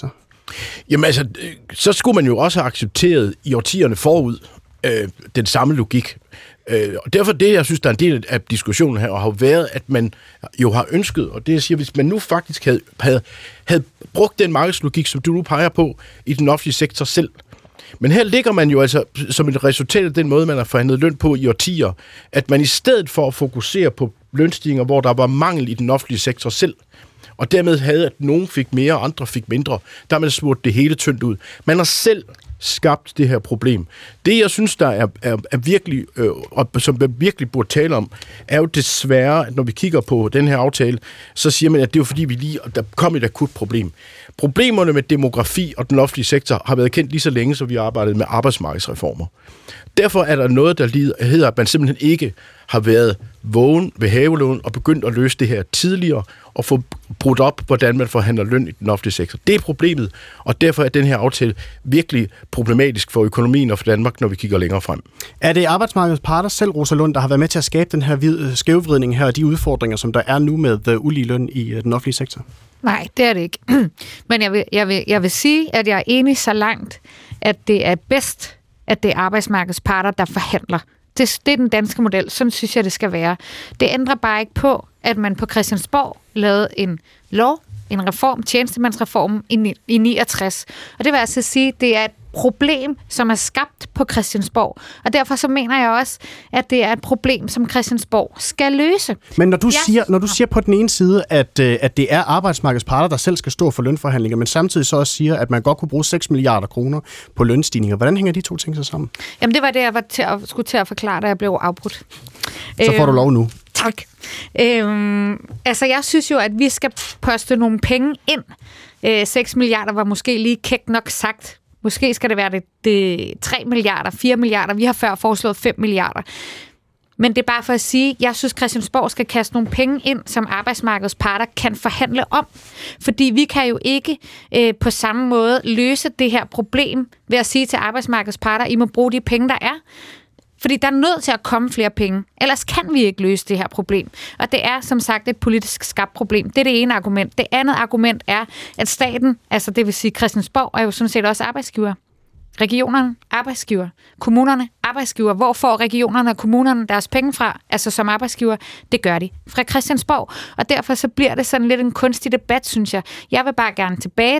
Jamen altså, så skulle man jo også have accepteret i årtierne forud den samme logik. Og derfor det, jeg synes, der er en del af diskussionen her, og har været, at man jo har ønsket, og det jeg siger, hvis man nu faktisk havde brugt den markedslogik, som du nu peger på, i den offentlige sektor selv. Men her ligger man jo altså, som et resultat af den måde, man har forhandlet løn på i årtier, at man i stedet for at fokusere på lønstigninger, hvor der var mangel i den offentlige sektor selv, og dermed havde, at nogen fik mere, og andre fik mindre, der har man smurt det hele tyndt ud. Man har selv skabt det her problem. Det, jeg synes, der er virkelig, og som vi virkelig burde tale om, er jo desværre, at når vi kigger på den her aftale, så siger man, at det er jo fordi, der kom et akut problem. Problemerne med demografi og den offentlige sektor har været kendt lige så længe, som vi har arbejdet med arbejdsmarkedsreformer. Derfor er der noget, der hedder, at man simpelthen ikke har været vågen ved havelån og begyndt at løse det her tidligere og få brudt op, hvordan man forhandler løn i den offentlige sektor. Det er problemet, og derfor er den her aftale virkelig problematisk for økonomien og for Danmark, når vi kigger længere frem. Er det arbejdsmarkedets parter selv, Rosa Lund, der har været med til at skabe den her skævvridning her og de udfordringer, som der er nu med ulige løn i den offentlige sektor? Nej, det er det ikke. Men jeg vil sige, at jeg er enig så langt, at det er bedst, at det er arbejdsmarkedets parter, der forhandler. Det er den danske model. Sådan synes jeg, det skal være. Det ændrer bare ikke på, at man på Christiansborg lavede en lov, en reform, tjenestemandsreformen i 69. Og det vil altså sige, at det er et problem, som er skabt på Christiansborg. Og derfor så mener jeg også, at det er et problem, som Christiansborg skal løse. Men når du siger på den ene side, at det er arbejdsmarkedets parter, der selv skal stå for lønforhandlinger, men samtidig så også siger, at man godt kunne bruge 6 milliarder kroner på lønstigninger. Hvordan hænger de to ting så sammen? Jamen det var det, jeg skulle til at forklare, da jeg blev afbrudt. Så får du lov nu. Tak. Altså jeg synes jo, at vi skal poste nogle penge ind. 6 milliarder var måske lige kægt nok sagt. Måske skal det være det 3 milliarder, 4 milliarder. Vi har før foreslået 5 milliarder. Men det er bare for at sige, at jeg synes, Christiansborg skal kaste nogle penge ind, som arbejdsmarkedets parter kan forhandle om. Fordi vi kan jo ikke på samme måde løse det her problem ved at sige til arbejdsmarkedets parter, I må bruge de penge, der er. Fordi der er nødt til at komme flere penge. Ellers kan vi ikke løse det her problem. Og det er som sagt et politisk skabt problem. Det er det ene argument. Det andet argument er, at staten, altså det vil sige Christiansborg, er jo sådan set også arbejdsgiver. Regionerne, arbejdsgiver. Kommunerne, arbejdsgiver. Hvor får regionerne og kommunerne deres penge fra? Altså som arbejdsgiver, det gør de fra Christiansborg. Og derfor så bliver det sådan lidt en kunstig debat, synes jeg. Jeg vil bare gerne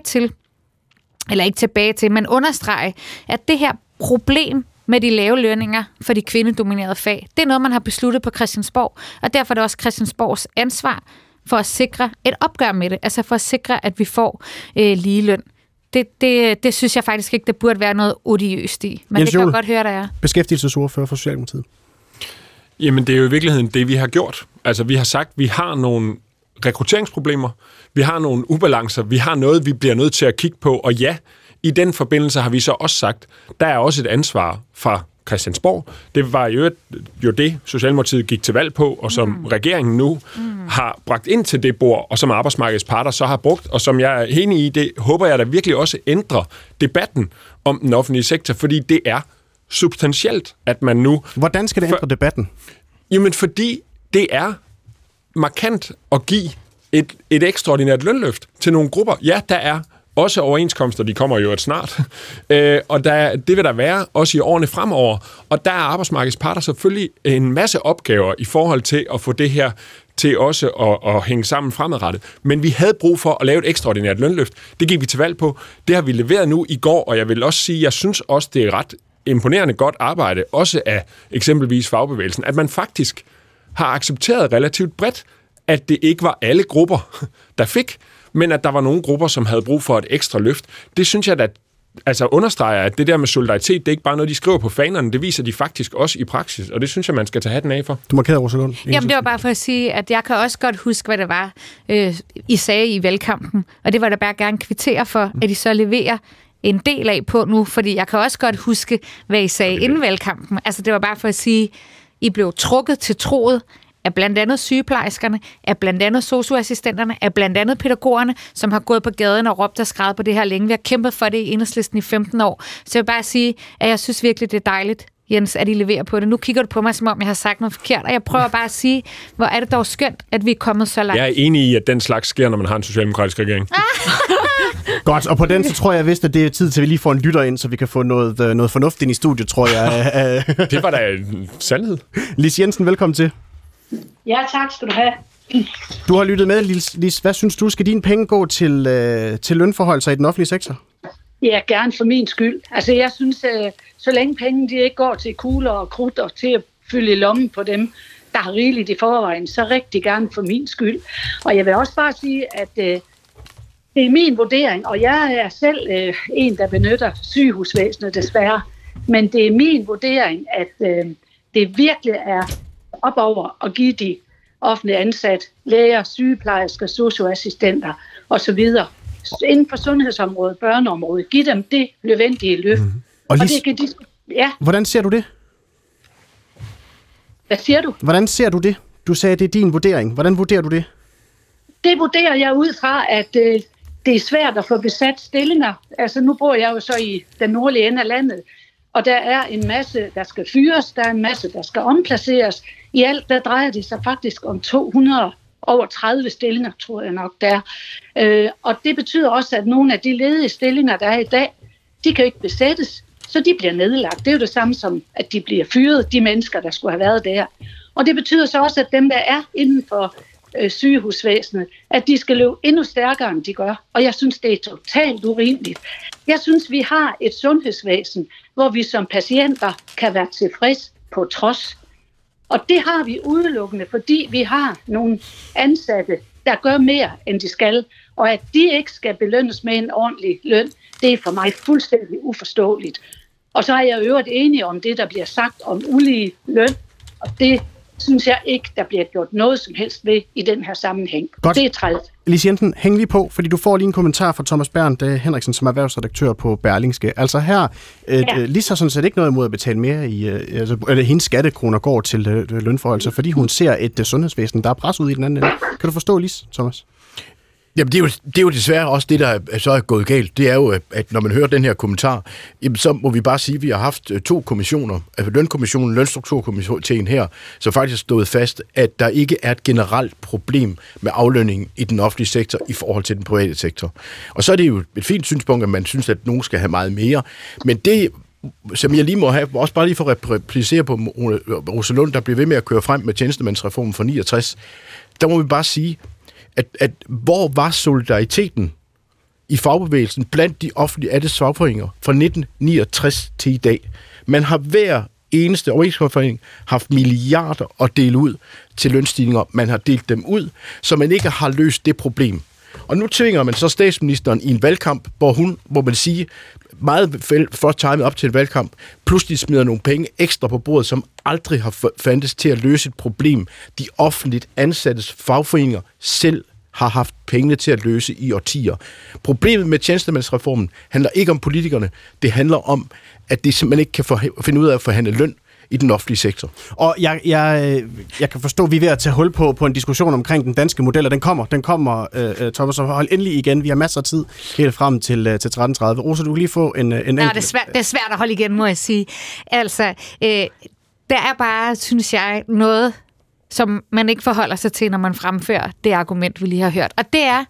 men understrege, at det her problem med de lave lønninger for de kvindedominerede fag, det er noget, man har besluttet på Christiansborg, og derfor er det også Christiansborgs ansvar for at sikre et opgør med det, altså for at sikre, at vi får lige løn. Det synes jeg faktisk ikke, der burde være noget odiøst i, men Jens det kan jeg godt høre, der er. Beskæftigelsesordfører for Socialdemokratiet. Jamen, det er jo i virkeligheden det, vi har gjort. Altså, vi har sagt, vi har nogle rekrutteringsproblemer, vi har nogle ubalancer, vi har noget, vi bliver nødt til at kigge på, og ja, i den forbindelse har vi så også sagt, der er også et ansvar fra Christiansborg. Det var jo det, Socialdemokratiet gik til valg på, og som regeringen nu har bragt ind til det bord, og som arbejdsmarkedets parter så har brugt, og som jeg er enig i, det håber jeg da virkelig også ændrer debatten om den offentlige sektor, fordi det er substantielt, at man nu... Hvordan skal det ændre debatten? Jamen, fordi det er markant at give et ekstraordinært lønløft til nogle grupper. Ja, der er også overenskomster, de kommer jo snart, og det vil der være også i årene fremover. Og der er arbejdsmarkedets parter selvfølgelig en masse opgaver i forhold til at få det her til også at hænge sammen fremadrettet. Men vi havde brug for at lave et ekstraordinært lønløft. Det gik vi til valg på. Det har vi leveret nu i går, og jeg vil også sige, jeg synes også, det er ret imponerende godt arbejde, også af eksempelvis fagbevægelsen, at man faktisk har accepteret relativt bredt, at det ikke var alle grupper, der fik, men at der var nogle grupper, som havde brug for et ekstra løft. Det synes jeg, at understreger, at det der med solidaritet, det er ikke bare noget, de skriver på fanerne, det viser de faktisk også i praksis, og det synes jeg, man skal tage hatten af for. Du markerede, Rosa Lund. Jamen, det var bare for at sige, at jeg kan også godt huske, hvad det var, I sagde i valgkampen, og det var da bare gerne kvittere for, at I så leverer en del af på nu, fordi jeg kan også godt huske, hvad I sagde inden valgkampen. Altså, det var bare for at sige, I blev trukket til troet af blandt andet sygeplejerskerne, af blandt andet sosu-assistenterne, af blandt andet pædagogerne, som har gået på gaden og råbt og skreget på det her længe. Vi har kæmpet for det i Enhedslisten i 15 år. Så jeg vil bare sige, at jeg synes virkelig, det er dejligt, Jens, at I leverer på det. Nu kigger du på mig, som om jeg har sagt noget forkert, og jeg prøver bare at sige, hvor er det dog skønt, at vi er kommet så langt. Jeg er enig i, at den slags sker, når man har en socialdemokratisk regering. Godt, og på den, så tror jeg vist, at det er tid til, at vi lige får en lytter ind, så vi kan få noget fornuft ind i studiet, tror jeg. Det var da en sandhed. Lis Jensen, velkommen til. Ja, tak skal du have. Du har lyttet med, Lis. Hvad synes du, skal dine penge gå til lønforholdelser i den offentlige sektor? Ja, gerne for min skyld. Altså, jeg synes, så længe penge de ikke går til kugler og krudt og til at fylde i lommen på dem, der har rigeligt i forvejen, så rigtig gerne for min skyld. Og jeg vil også bare sige, at det er min vurdering, og jeg er selv en, der benytter sygehusvæsenet desværre, men det er min vurdering, at det virkelig er op over at give de offentlige ansat, læger, sygeplejersker, socioassistenter osv. inden for sundhedsområdet, børneområdet, give dem det nødvendige løft. Mm-hmm. Og det kan de... Ja. Hvordan ser du det? Hvad siger du? Hvordan ser du det? Du sagde, det er din vurdering. Hvordan vurderer du det? Det vurderer jeg ud fra, at det er svært at få besat stillinger. Altså nu bor jeg jo så i den nordlige ende af landet, og der er en masse, der skal fyres, der er en masse, der skal omplaceres. I alt, der drejer det sig faktisk om 230 stillinger, tror jeg nok, der. Og det betyder også, at nogle af de ledige stillinger, der er i dag, de kan ikke besættes, så de bliver nedlagt. Det er jo det samme som, at de bliver fyret, de mennesker, der skulle have været der. Og det betyder så også, at dem, der er inden for sygehusvæsenet, at de skal løbe endnu stærkere, end de gør. Og jeg synes, det er totalt urimeligt. Jeg synes, vi har et sundhedsvæsen, hvor vi som patienter kan være tilfreds på trods. Og det har vi udelukkende, fordi vi har nogle ansatte, der gør mere, end de skal. Og at de ikke skal belønnes med en ordentlig løn, det er for mig fuldstændig uforståeligt. Og så er jeg øvrigt enig om det, der bliver sagt om ulige løn. Og det synes jeg ikke, der bliver gjort noget som helst ved i den her sammenhæng. Godt. Det er træls. Lis Jensen, hæng lige på, fordi du får lige en kommentar fra Thomas Bernd Henriksen, som er erhvervsredaktør på Berlingske. Altså her, Lis har sådan set ikke noget imod at betale mere i, hendes skattekroner går til lønforholdelser, fordi hun ser et sundhedsvæsen, der er presset ud i den anden ende. Kan du forstå, Lis, Thomas? Jamen, det er jo desværre også det, der så er gået galt. Det er jo, at når man hører den her kommentar, jamen, så må vi bare sige, at vi har haft 2 kommissioner, altså lønkommissionen, lønstrukturkomiteen her, så faktisk stået fast, at der ikke er et generelt problem med aflønning i den offentlige sektor i forhold til den private sektor. Og så er det jo et fint synspunkt, at man synes, at nogen skal have meget mere. Men det, som jeg lige må have, også bare lige for at replicere på Rosa Lund, der bliver ved med at køre frem med tjenestemandsreformen fra 69, der må vi bare sige, at hvor var solidariteten i fagbevægelsen blandt de offentlige fagforeninger fra 1969 til i dag? Man har hver eneste overenskomstforening haft milliarder at dele ud til lønstigninger. Man har delt dem ud, så man ikke har løst det problem. Og nu tvinger man så statsministeren i en valgkamp, hvor hun, må man sige, meget flot timet op til en valgkamp, pludselig smider nogle penge ekstra på bordet, som aldrig har fandtes til at løse et problem, de offentligt ansattes fagforeninger selv har haft pengene til at løse i årtier. Problemet med tjenestemandsreformen handler ikke om politikerne, det handler om, at de simpelthen ikke kan finde ud af at forhandle løn i den offentlige sektor. Og jeg kan forstå, at vi er ved at tage hul på en diskussion omkring den danske model, og den kommer, Thomas, og hold endelig igen. Vi har masser af tid helt frem til 13.30. Rosa, du kan lige få en enkelt. Det er svært at holde igen, må jeg sige. Altså, der er bare, synes jeg, noget, som man ikke forholder sig til, når man fremfører det argument, vi lige har hørt. Og det er,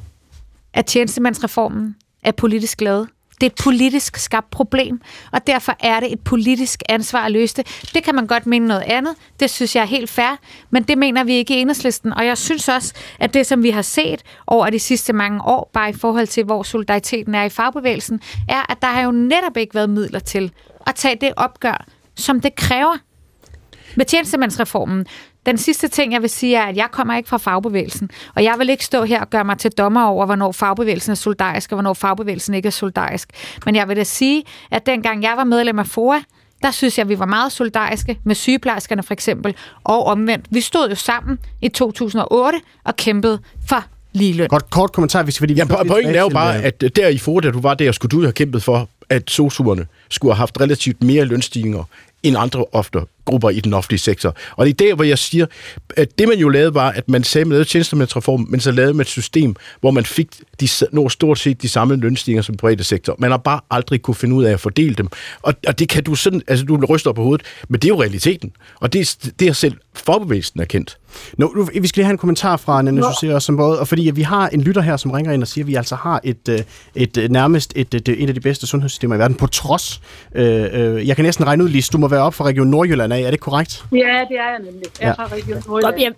at tjenestemandsreformen er politisk lavet. Det er et politisk skabt problem, og derfor er det et politisk ansvar at løse det. Det kan man godt mene noget andet. Det synes jeg er helt fair, men det mener vi ikke i Enhedslisten. Og jeg synes også, at det, som vi har set over de sidste mange år, bare i forhold til, hvor solidariteten er i fagbevægelsen, er, at der har jo netop ikke været midler til at tage det opgør, som det kræver. Med tjenestemandsreformen, den sidste ting, jeg vil sige, er, at jeg kommer ikke fra fagbevægelsen, og jeg vil ikke stå her og gøre mig til dommer over, hvornår fagbevægelsen er solidarisk, og hvornår fagbevægelsen ikke er solidarisk. Men jeg vil da sige, at dengang jeg var medlem af FOA, der synes jeg, at vi var meget solidariske med sygeplejerskerne for eksempel, og omvendt. Vi stod jo sammen i 2008 og kæmpede for ligeløn. Kort kommentar, hvis vi... Pointen er jo bare, at der i FOA, da du var der, skulle du have kæmpet for, at sosuerne skulle have haft relativt mere lønstigninger end andre ofte grupper i den offentlige sektor. Og det er der, hvor jeg siger, at det man jo lavede var, at man sagde, man lavede tjenestemandsreformen, men så lavede man et system, hvor man fik stort set de samme lønstigninger som den private sektor. Man har bare aldrig kunne finde ud af at fordele dem. Og det kan du sådan, altså du ryster på hovedet, men det er jo realiteten. Og det har selv fagbevægelsen erkendt. Vi skal lige have en kommentar fra Nanne Saussure, som både, og fordi vi har en lytter her, som ringer ind og siger, at vi altså har nærmest et af de bedste sundhedssystemer i verden, på trods. Jeg kan næsten regne ud, Lis, du må være op fra Region Nordjylland af. Er det korrekt? Ja, det er jeg nemlig. Jeg er fra Region Nordjylland.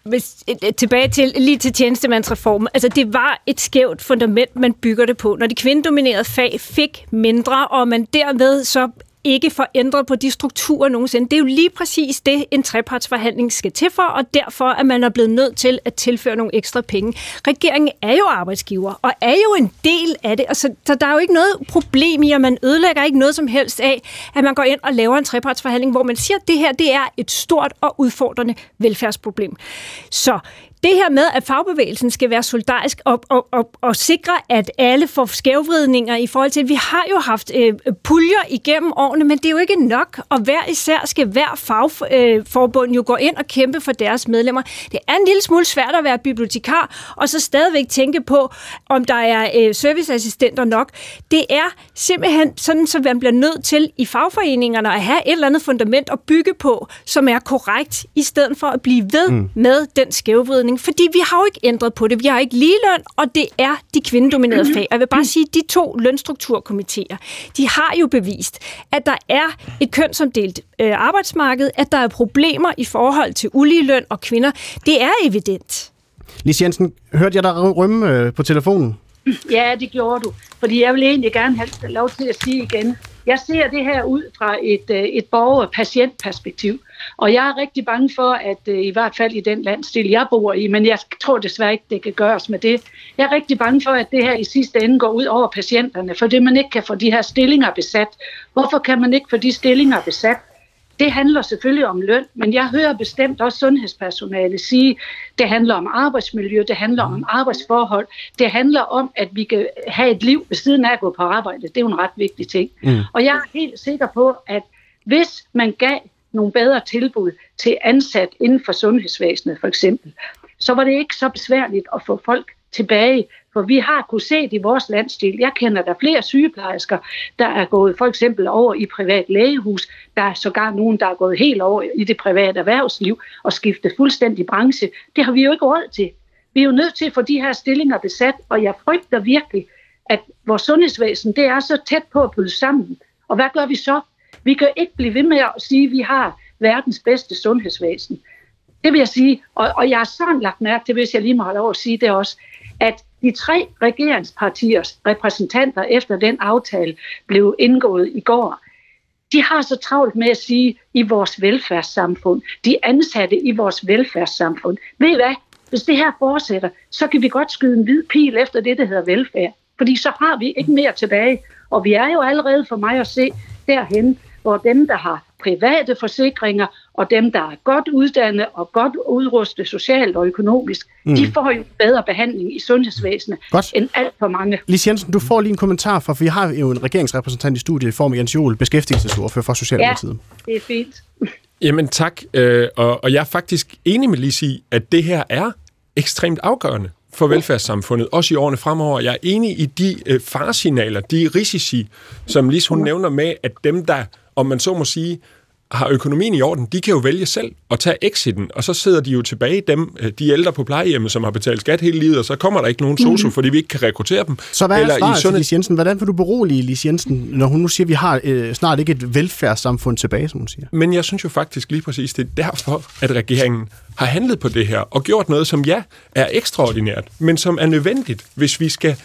Tilbage til tjenestemandsreformen. Altså, det var et skævt fundament, man bygger det på. Når de kvindedominerede fag fik mindre, og man derved så ikke får ændret på de strukturer nogensinde. Det er jo lige præcis det, en trepartsforhandling skal til for, og derfor er man blevet nødt til at tilføre nogle ekstra penge. Regeringen er jo arbejdsgiver, og er jo en del af det, og så der er jo ikke noget problem i, at man ødelægger ikke noget som helst af, at man går ind og laver en trepartsforhandling, hvor man siger, at det her det er et stort og udfordrende velfærdsproblem. Så det her med, at fagbevægelsen skal være solidarisk og sikre, at alle får skævvridninger i forhold til, at vi har jo haft puljer igennem årene, men det er jo ikke nok, og hver især skal hver fagforbund jo gå ind og kæmpe for deres medlemmer. Det er en lille smule svært at være bibliotekar, og så stadigvæk tænke på, om der er serviceassistenter nok. Det er simpelthen sådan, så man bliver nødt til i fagforeningerne at have et eller andet fundament at bygge på, som er korrekt, i stedet for at blive ved med den skævvridning. Fordi vi har jo ikke ændret på det. Vi har ikke ligeløn, og det er de kvindedominerede fag. Og jeg vil bare sige, at de 2 lønstrukturkomitéer, de har jo bevist, at der er et kønsopdelt arbejdsmarked, at der er problemer i forhold til uligeløn og kvinder. Det er evident. Lis Jensen, hørte jeg dig rømme på telefonen? Ja, det gjorde du. Fordi jeg vil egentlig gerne have lov til at sige igen, jeg ser det her ud fra et borger-patientperspektiv. Og jeg er rigtig bange for, at i hvert fald i den landsdel, jeg bor i, men jeg tror desværre ikke, det kan gøres med det. Jeg er rigtig bange for, at det her i sidste ende går ud over patienterne, fordi man ikke kan få de her stillinger besat. Hvorfor kan man ikke få de stillinger besat? Det handler selvfølgelig om løn, men jeg hører bestemt også sundhedspersonale sige, det handler om arbejdsmiljø, det handler om arbejdsforhold, det handler om, at vi kan have et liv ved siden af at gå på arbejde. Det er jo en ret vigtig ting. Og jeg er helt sikker på, at hvis man gav nogle bedre tilbud til ansat inden for sundhedsvæsenet for eksempel, så var det ikke så besværligt at få folk tilbage. For vi har kunnet se det i vores landsdel. Jeg kender der flere sygeplejersker, der er gået for eksempel over i privat lægehus. Der er sågar nogen, der er gået helt over i det private erhvervsliv og skiftet fuldstændig branche. Det har vi jo ikke råd til. Vi er jo nødt til at få de her stillinger besat, og jeg frygter virkelig, at vores sundhedsvæsen det er så tæt på at bryde sammen. Og hvad gør vi så? Vi kan ikke blive ved med at sige, at vi har verdens bedste sundhedsvæsen. Det vil jeg sige, og jeg har sådan lagt mærke til, hvis jeg lige må holde over at sige det også, at de 3 regeringspartiers repræsentanter efter den aftale blev indgået i går, de har så travlt med at sige, i vores velfærdssamfund, de ansatte i vores velfærdssamfund. Ved I hvad? Hvis det her fortsætter, så kan vi godt skyde en hvid pil efter det, der hedder velfærd. Fordi så har vi ikke mere tilbage. Og vi er jo allerede for mig at se derhen, hvor dem, der har private forsikringer, og dem, der er godt uddannet og godt udrustet socialt og økonomisk, de får jo bedre behandling i sundhedsvæsenet end alt for mange. Lis Jensen, du får lige en kommentar, for vi har jo en regeringsrepræsentant i studiet i form af Jens Joel, beskæftigelsesordfører for Socialdemokratiet. Ja, det er fint. Jamen tak, og jeg er faktisk enig med Lis i, at det her er ekstremt afgørende for velfærdssamfundet, også i årene fremover. Jeg er enig i de faresignaler, de risici, som Lis hun nævner med, at dem, der, om man så må sige, har økonomien i orden, de kan jo vælge selv at tage exiten, og så sidder de jo tilbage, de ældre på plejehjemmet, som har betalt skat hele livet, og så kommer der ikke nogen sosu, fordi vi ikke kan rekruttere dem. Så hvad er svaret til Lis Jensen? Hvordan vil du berolige Lis Jensen, når hun nu siger, at vi har snart ikke et velfærdssamfund tilbage, som hun siger? Men jeg synes jo faktisk lige præcis, det er derfor, at regeringen har handlet på det her, og gjort noget, som er ekstraordinært, men som er nødvendigt, hvis vi skal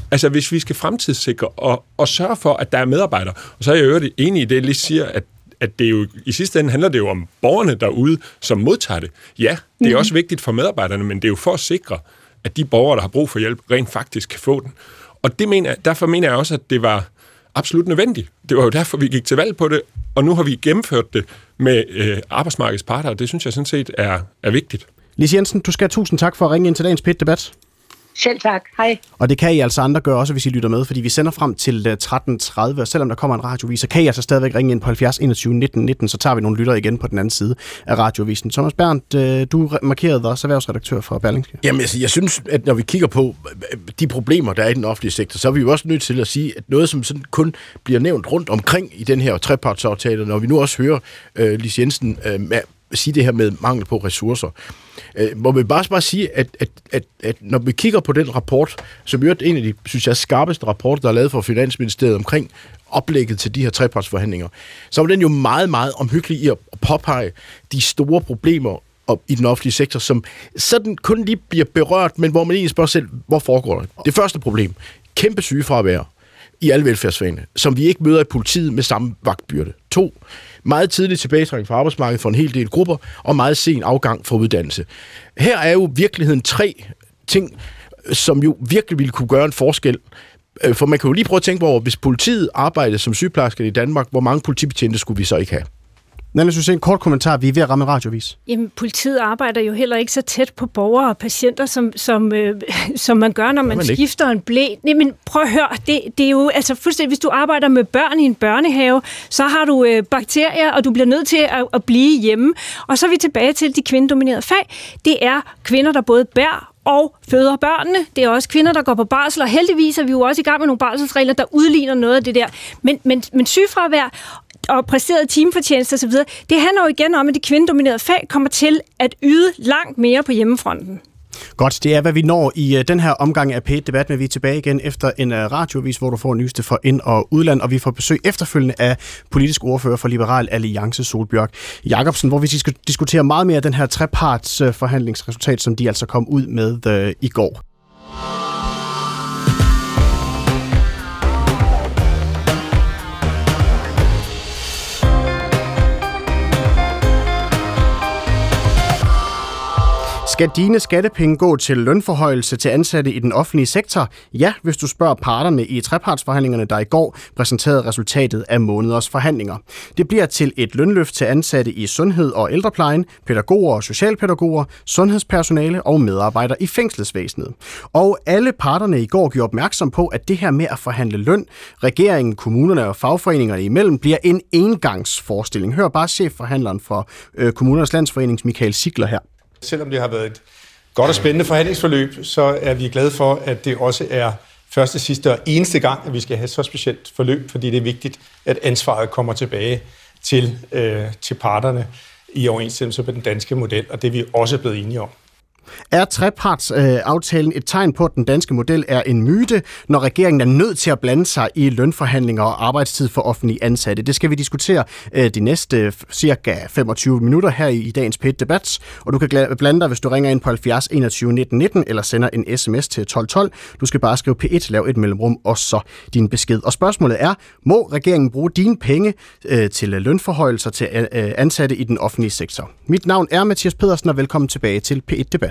fremtidssikre og sørge for, at der er medarbejdere. Og så er jeg jo enig i det, Lis siger, at det jo i sidste ende handler det jo om borgerne derude, som modtager det. Ja, det er også vigtigt for medarbejderne, men det er jo for at sikre, at de borgere, der har brug for hjælp, rent faktisk kan få den. Og derfor mener jeg også, at det var absolut nødvendigt. Det var jo derfor, vi gik til valg på det, og nu har vi gennemført det med arbejdsmarkedets parter, og det synes jeg sådan set er vigtigt. Lis Jensen, du skal have 1000 tak for at ringe ind til dagens PET-debat. Selv tak. Hej. Og det kan I altså andre gøre også, hvis I lytter med, fordi vi sender frem til 13.30, og selvom der kommer en radioavis, så kan I altså stadigvæk ringe ind på 70 21 19 19, så tager vi nogle lyttere igen på den anden side af radiovisen. Thomas Berndt, du markerede også erhvervsredaktør for Berlingske. Jamen, jeg synes, at når vi kigger på de problemer, der er i den offentlige sektor, så er vi jo også nødt til at sige, at noget, som sådan kun bliver nævnt rundt omkring i den her trepartsaftale, når vi nu også hører Lis Jensen sige det her med mangel på ressourcer, hvor vi bare sige, at når vi kigger på den rapport, som er en af de, synes jeg, skarpeste rapporter, der er lavet fra Finansministeriet omkring oplægget til de her trepartsforhandlinger, så var den jo meget, meget omhyggelig i at påpege de store problemer i den offentlige sektor, som sådan kun lige bliver berørt, men hvor man egentlig spørger selv, hvor foregår det? Det første problem, kæmpe sygefravær i alle velfærdsfagene, som vi ikke møder i politiet med samme vagtbyrde. 2. Meget tidlig tilbagetrækning fra arbejdsmarkedet for en hel del grupper, og meget sen afgang fra uddannelse. Her er jo virkeligheden 3 ting, som jo virkelig ville kunne gøre en forskel. For man kan jo lige prøve at tænke på, hvis politiet arbejdede som sygeplejersker i Danmark, hvor mange politibetjente skulle vi så ikke have? Nanne, synes jeg en kort kommentar. Vi er ved at ramme radiovis. Jamen, politiet arbejder jo heller ikke så tæt på borgere og patienter, som man gør, når man skifter en blæ. Nej, men prøv at høre, det er jo altså fuldstændig, hvis du arbejder med børn i en børnehave, så har du bakterier, og du bliver nødt til at blive hjemme. Og så er vi tilbage til de kvindedominerede fag. Det er kvinder, der både bærer og føder børnene. Det er også kvinder, der går på barsel, og heldigvis er vi jo også i gang med nogle barselsregler, der udligner noget af det der. Men sygefravær og præsteret timefortjeneste osv., det handler jo igen om, at de kvindedominerede fag kommer til at yde langt mere på hjemmefronten. Godt, det er, hvad vi når i den her omgang af P1-debat, men vi er tilbage igen efter en radioavis, hvor du får nyeste for ind- og udland, og vi får besøg efterfølgende af politisk ordfører for Liberal Alliance, Sólbjørg Jakobsen, hvor vi skal diskutere meget mere den her trepartsforhandlingsresultat, som de altså kom ud med i går. Skal dine skattepenge gå til lønforhøjelse til ansatte i den offentlige sektor? Ja, hvis du spørger parterne i trepartsforhandlingerne, der i går præsenterede resultatet af måneders forhandlinger. Det bliver til et lønløft til ansatte i sundhed og ældreplejen, pædagoger og socialpædagoger, sundhedspersonale og medarbejdere i fængselsvæsenet. Og alle parterne i går gjorde opmærksom på, at det her med at forhandle løn, regeringen, kommunerne og fagforeningerne imellem, bliver en engangsforestilling. Hør bare chefforhandleren for Kommunernes Landsforening, Michael Ziegler her. Selvom det har været et godt og spændende forhandlingsforløb, så er vi glade for, at det også er første, sidste og eneste gang, at vi skal have et så specielt forløb, fordi det er vigtigt, at ansvaret kommer tilbage til parterne i overensstemmelse med den danske model, og det er vi også blevet enige om. Er trepartsaftalen et tegn på, at den danske model er en myte, når regeringen er nødt til at blande sig i lønforhandlinger og arbejdstid for offentlige ansatte? Det skal vi diskutere de næste cirka 25 minutter her i dagens P1-debat. Og du kan blande dig, hvis du ringer ind på 70 21 19 19 eller sender en sms til 1212. Du skal bare skrive P1, lav et mellemrum og så din besked. Og spørgsmålet er, må regeringen bruge dine penge til lønforhøjelser til ansatte i den offentlige sektor? Mit navn er Mathias Pedersen, og velkommen tilbage til P1-debat.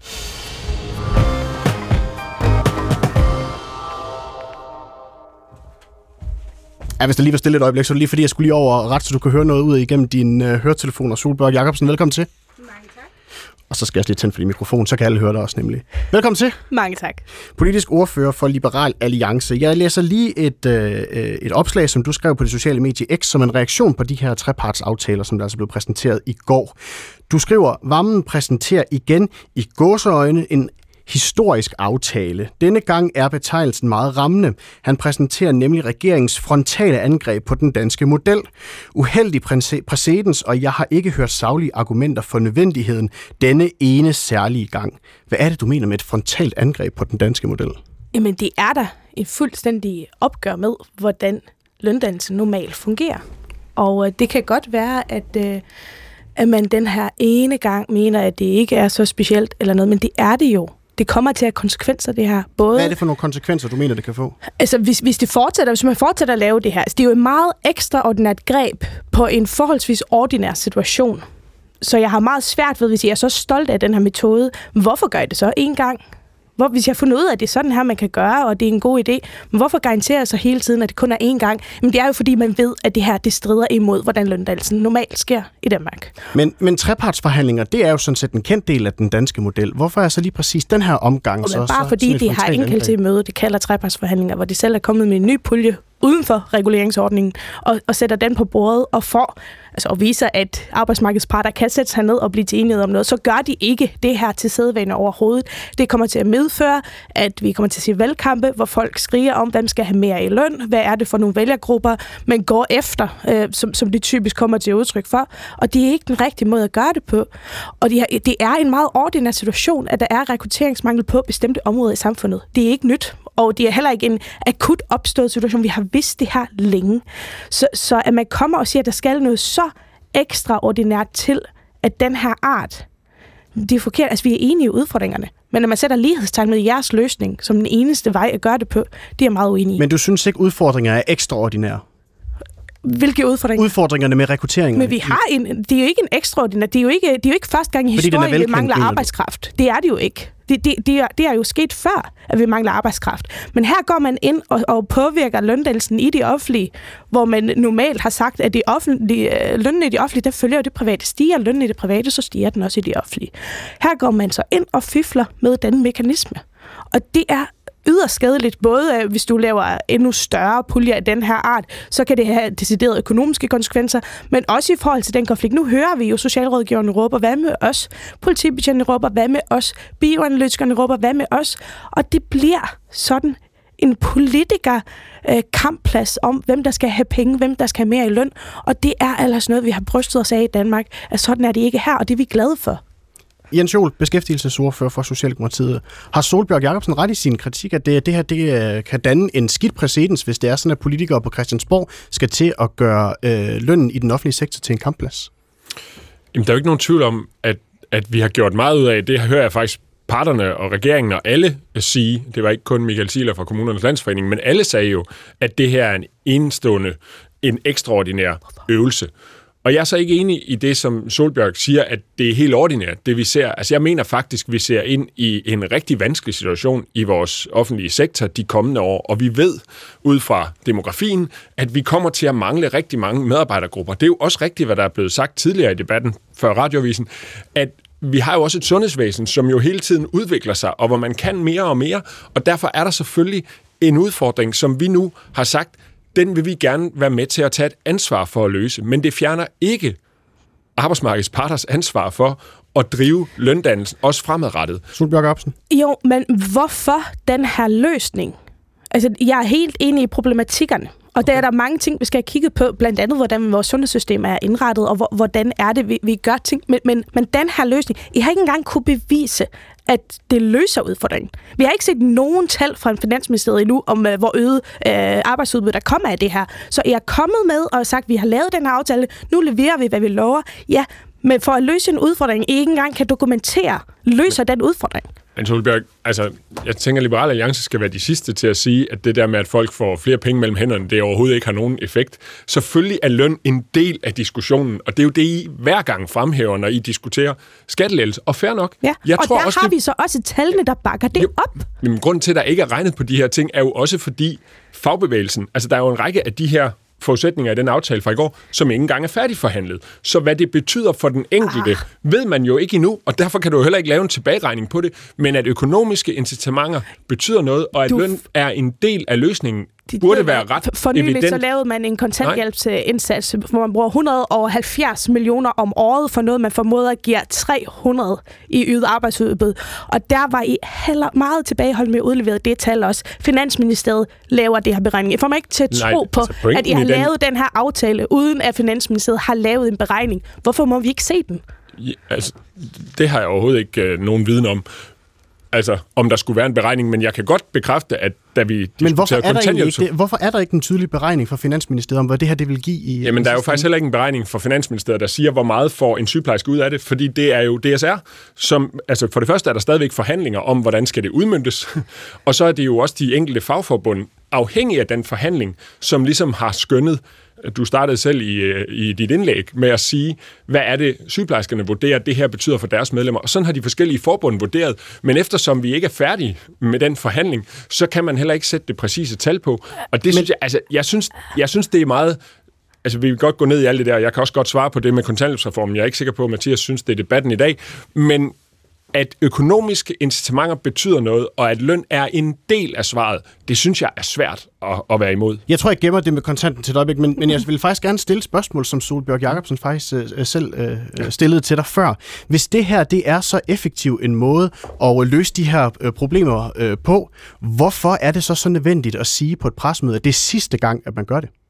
Ja, hvis der lige var stille et øjeblik, så er det lige fordi, jeg skulle lige over ret, så du kan høre noget ud igennem din høretelefoner. Sólbjørg Jakobsen, velkommen til. Mange tak. Og så skal jeg også lige tænde for din mikrofon, så kan alle høre dig også nemlig. Velkommen til. Mange tak. Politisk ordfører for Liberal Alliance. Jeg læser lige et opslag, som du skrev på det sociale medie X, som en reaktion på de her trepartsaftaler, som der altså blev præsenteret i går. Du skriver, Wammen præsenterer igen i gåseøjne en historisk aftale. Denne gang er betegnelsen meget rammende. Han præsenterer nemlig regeringens frontale angreb på den danske model. Uheldig præcedens, og jeg har ikke hørt saglige argumenter for nødvendigheden denne ene særlige gang. Hvad er det, du mener med et frontalt angreb på den danske model? Jamen, det er da et fuldstændig opgør med, hvordan løndannelsen normalt fungerer. Og det kan godt være, at man den her ene gang mener, at det ikke er så specielt eller noget, men det er det jo. Det kommer til at have konsekvenser, det her. Både, hvad er det for nogle konsekvenser, du mener, det kan få? Altså, hvis man fortsætter at lave det her, altså, det er jo et meget ekstraordinært greb på en forholdsvis ordinær situation. Så jeg har meget svært ved, hvis jeg er så stolt af den her metode. Hvorfor gør I det så en gang? Hvis jeg har fundet ud af, at det er sådan her, man kan gøre, og det er en god idé, men hvorfor garanterer så hele tiden, at det kun er én gang? Men det er jo, fordi man ved, at det her, det strider imod, hvordan løndannelsen normalt sker i Danmark. Men trepartsforhandlinger, det er jo sådan set en kendt del af den danske model. Hvorfor er så lige præcis den her omgang bare fordi de har indkaldt til møde, det kalder trepartsforhandlinger, hvor de selv er kommet med en ny pulje uden for reguleringsordningen, og sætter den på bordet og får, og viser, at arbejdsmarkedets parter kan sætte sig ned og blive til enighed om noget, så gør de ikke det her til sædvane overhovedet. Det kommer til at medføre, at vi kommer til at se valgkampe, hvor folk skriger om, hvem skal have mere i løn, hvad er det for nogle vælgergrupper, man går efter, som de typisk kommer til udtryk for, og det er ikke den rigtige måde at gøre det på. Og det er en meget ordinær situation, at der er rekrutteringsmangel på bestemte områder i samfundet. Det er ikke nyt, og det er heller ikke en akut opstået situation. Vi har vidst det her længe. Så at man kommer og siger, at der skal noget så ekstraordinært til, at den her art, det er forkert. Altså, vi er enige i udfordringerne. Men når man sætter lighedstegn med jeres løsning som den eneste vej at gøre det på, det er meget uenig i. Men du synes ikke, udfordringer er ekstraordinære? Hvilke udfordringer? Udfordringerne med rekruttering. Men vi har det er jo ikke en ekstraordinær. Det er jo ikke første gang i historien, vi mangler arbejdskraft. Det er det jo ikke. Det er jo sket før, at vi mangler arbejdskraft. Men her går man ind og påvirker løndannelsen i det offentlige, hvor man normalt har sagt, at lønnen i det offentlige, der følger det private. Stiger lønnen i det private, så stiger den også i det offentlige. Her går man så ind og fifler med den mekanisme. Og det er yderst skadeligt, både hvis du laver endnu større puljer af den her art, så kan det have deciderede økonomiske konsekvenser, men også i forhold til den konflikt. Nu hører vi jo socialrådgiverne råber, hvad med os? Politibetjentene råber, hvad med os? Bioanalytikerne råber, hvad med os? Og det bliver sådan en politiker-kampplads om, hvem der skal have penge, hvem der skal have mere i løn, og det er ellers noget, vi har brystet os af i Danmark, at sådan er det ikke her, og det er vi glade for. Jens Joel, beskæftigelsesordfører for Socialdemokratiet. Har Sólbjørg Jakobsen ret i sin kritik, at det her kan danne en skidt præcedens, hvis det er sådan, at politikere på Christiansborg skal til at gøre lønnen i den offentlige sektor til en kampplads? Jamen, der er jo ikke nogen tvivl om, at vi har gjort meget ud af. Det hører jeg faktisk parterne og regeringen og alle sige. Det var ikke kun Michael Ziegler fra Kommunernes Landsforening, men alle sagde jo, at det her er en ekstraordinær øvelse. Og jeg er så ikke enig i det, som Sólbjørg siger, at det er helt ordinært, det vi ser. Altså jeg mener faktisk, at vi ser ind i en rigtig vanskelig situation i vores offentlige sektor de kommende år, og vi ved ud fra demografien, at vi kommer til at mangle rigtig mange medarbejdergrupper. Det er jo også rigtigt, hvad der er blevet sagt tidligere i debatten før Radioavisen, at vi har jo også et sundhedsvæsen, som jo hele tiden udvikler sig, og hvor man kan mere og mere, og derfor er der selvfølgelig en udfordring, som vi nu har sagt, den vil vi gerne være med til at tage et ansvar for at løse. Men det fjerner ikke arbejdsmarkedets parters ansvar for at drive løndannelsen, også fremadrettet. Sólbjørg Jakobsen. Jo, men hvorfor den her løsning? Altså, jeg er helt enig i problematikkerne. Og der er der mange ting, vi skal have kigget på, blandt andet, hvordan vores sundhedssystem er indrettet, og hvordan er det, vi gør ting. Men den her løsning, I har ikke engang kunne bevise, at det løser udfordringen. Vi har ikke set nogen tal fra Finansministeriet endnu, om hvor øget arbejdsudbud der kommer af det her. Så I er kommet med og sagt, at vi har lavet den her aftale, nu leverer vi, hvad vi lover. Ja, men for at løse en udfordring, I ikke engang kan dokumentere, løser den udfordring. Men Sólbjørg, altså, jeg tænker, at Liberal Alliance skal være de sidste til at sige, at det der med, at folk får flere penge mellem hænderne, det overhovedet ikke har nogen effekt. Selvfølgelig er løn en del af diskussionen, og det er jo det, I hver gang fremhæver, når I diskuterer skattelettelse. Og fair nok. Ja, og tror der også, har vi så også tallene, der bakker det op. Men grunden til, at der ikke er regnet på de her ting, er jo også fordi fagbevægelsen, altså der er jo en række af de her forudsætninger i den aftale fra i går, som ikke engang er færdigforhandlet. Så hvad det betyder for den enkelte, ved man jo ikke endnu, og derfor kan du jo heller ikke lave en tilbageregning på det, men at økonomiske incitamenter betyder noget, og at løn er en del af løsningen, burde være ret for nylig evident. Så lavede man en kontanthjælpsindsats, hvor man bruger 170 millioner om året for noget, man formoder giver 300 i ydet arbejdsudbud. Og der var I heller meget tilbageholdt med at udlevere det tal også. Finansministeriet laver det her beregning. Jeg får mig ikke til at tro på, at I har lavet den her aftale, uden at Finansministeriet har lavet en beregning. Hvorfor må vi ikke se den? Ja, altså, det har jeg overhovedet ikke nogen viden om. Altså, om der skulle være en beregning, men jeg kan godt bekræfte, at da vi diskuterer kontanthjælp... Hvorfor er der ikke en tydelig beregning fra Finansministeriet om, hvad det her det vil give i... Jamen, der er jo faktisk heller ikke en beregning fra Finansministeriet, der siger, hvor meget får en sygeplejerske ud af det, fordi det er jo DSR, som... Altså, for det første er der stadigvæk forhandlinger om, hvordan skal det udmøntes, og så er det jo også de enkelte fagforbund, afhængig af den forhandling, som ligesom har skønnet, du startede selv i dit indlæg med at sige, hvad er det, sygeplejerskerne vurderer, det her betyder for deres medlemmer. Og sådan har de forskellige forbund vurderet. Men eftersom vi ikke er færdige med den forhandling, så kan man heller ikke sætte det præcise tal på. Og det synes jeg, altså, jeg synes, det er meget... Altså, vi vil godt gå ned i alt det der. Jeg kan også godt svare på det med kontanthjælpsreformen. Jeg er ikke sikker på, at Mathias synes, det er debatten i dag. Men at økonomiske incitamenter betyder noget, og at løn er en del af svaret, det synes jeg er svært at være imod. Jeg tror, jeg gemmer det med kontanten til et øjeblik, men jeg vil faktisk gerne stille et spørgsmål, som Sólbjørg Jacobsen faktisk selv stillede til dig før. Hvis det her, det er så effektiv en måde at løse de her problemer på, hvorfor er det så nødvendigt at sige på et pressemøde, at det er sidste gang, at man gør det?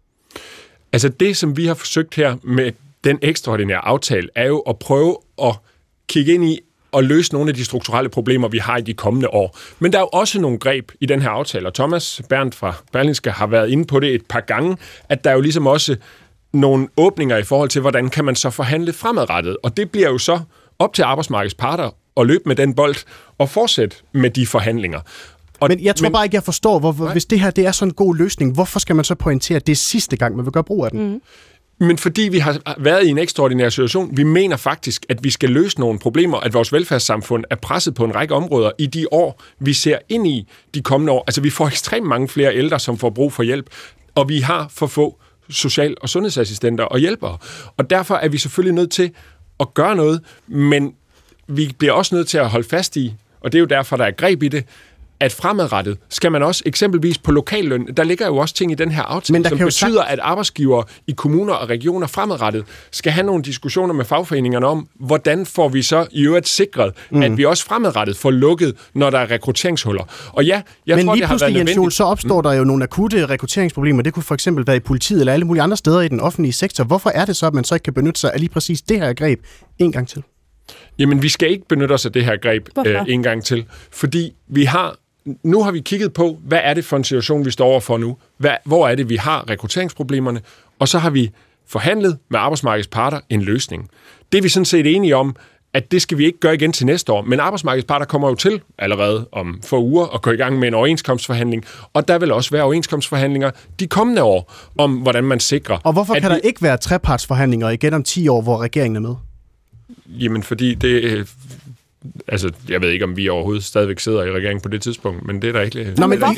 Altså det, som vi har forsøgt her med den ekstraordinære aftale, er jo at prøve at kigge ind i og løse nogle af de strukturelle problemer, vi har i de kommende år. Men der er jo også nogle greb i den her aftale, og Thomas Berndt fra Berlingske har været inde på det et par gange, at der er jo ligesom også nogle åbninger i forhold til, hvordan kan man så forhandle fremadrettet. Og det bliver jo så op til arbejdsmarkedets parter at løbe med den bold og fortsætte med de forhandlinger. Men jeg tror bare ikke, jeg forstår, hvis det her det er sådan en god løsning, hvorfor skal man så pointere, at det er sidste gang, man vil gøre brug af den? Mm. Men fordi vi har været i en ekstraordinær situation, vi mener faktisk, at vi skal løse nogle problemer, at vores velfærdssamfund er presset på en række områder i de år, vi ser ind i de kommende år. Altså vi får ekstremt mange flere ældre, som får brug for hjælp, og vi har for få social- og sundhedsassistenter og hjælpere. Og derfor er vi selvfølgelig nødt til at gøre noget, men vi bliver også nødt til at holde fast i, og det er jo derfor, der er greb i det, at fremadrettet skal man også, eksempelvis på lokalløn, der ligger jo også ting i den her aftale, som betyder, at arbejdsgivere i kommuner og regioner fremadrettet skal have nogle diskussioner med fagforeningerne om, hvordan får vi så i øvrigt sikret, at vi også fremadrettet får lukket, når der er rekrutteringshuller. Og ja, jeg tror, det har været nødvendigt. Men så opstår der jo nogle akutte rekrutteringsproblemer. Det kunne for eksempel være i politiet eller alle mulige andre steder i den offentlige sektor. Hvorfor er det så, at man så ikke kan benytte sig af lige præcis det her greb en gang til? Jamen, vi skal ikke benytte os af det her greb en gang til, fordi nu har vi kigget på, hvad er det for en situation, vi står overfor nu? Hvor er det, vi har rekrutteringsproblemerne? Og så har vi forhandlet med arbejdsmarkedets parter en løsning. Det er vi sådan set enige om, at det skal vi ikke gøre igen til næste år. Men arbejdsmarkedets parter kommer jo til allerede om få uger at gå i gang med en overenskomstforhandling. Og der vil også være overenskomstforhandlinger de kommende år om, hvordan man sikrer. Og hvorfor kan der ikke være trepartsforhandlinger igen om 10 år, hvor regeringen er med? Jamen, fordi det... Altså, jeg ved ikke, om vi overhovedet stadigvæk sidder i regeringen på det tidspunkt, men det er der ikke... Nå, men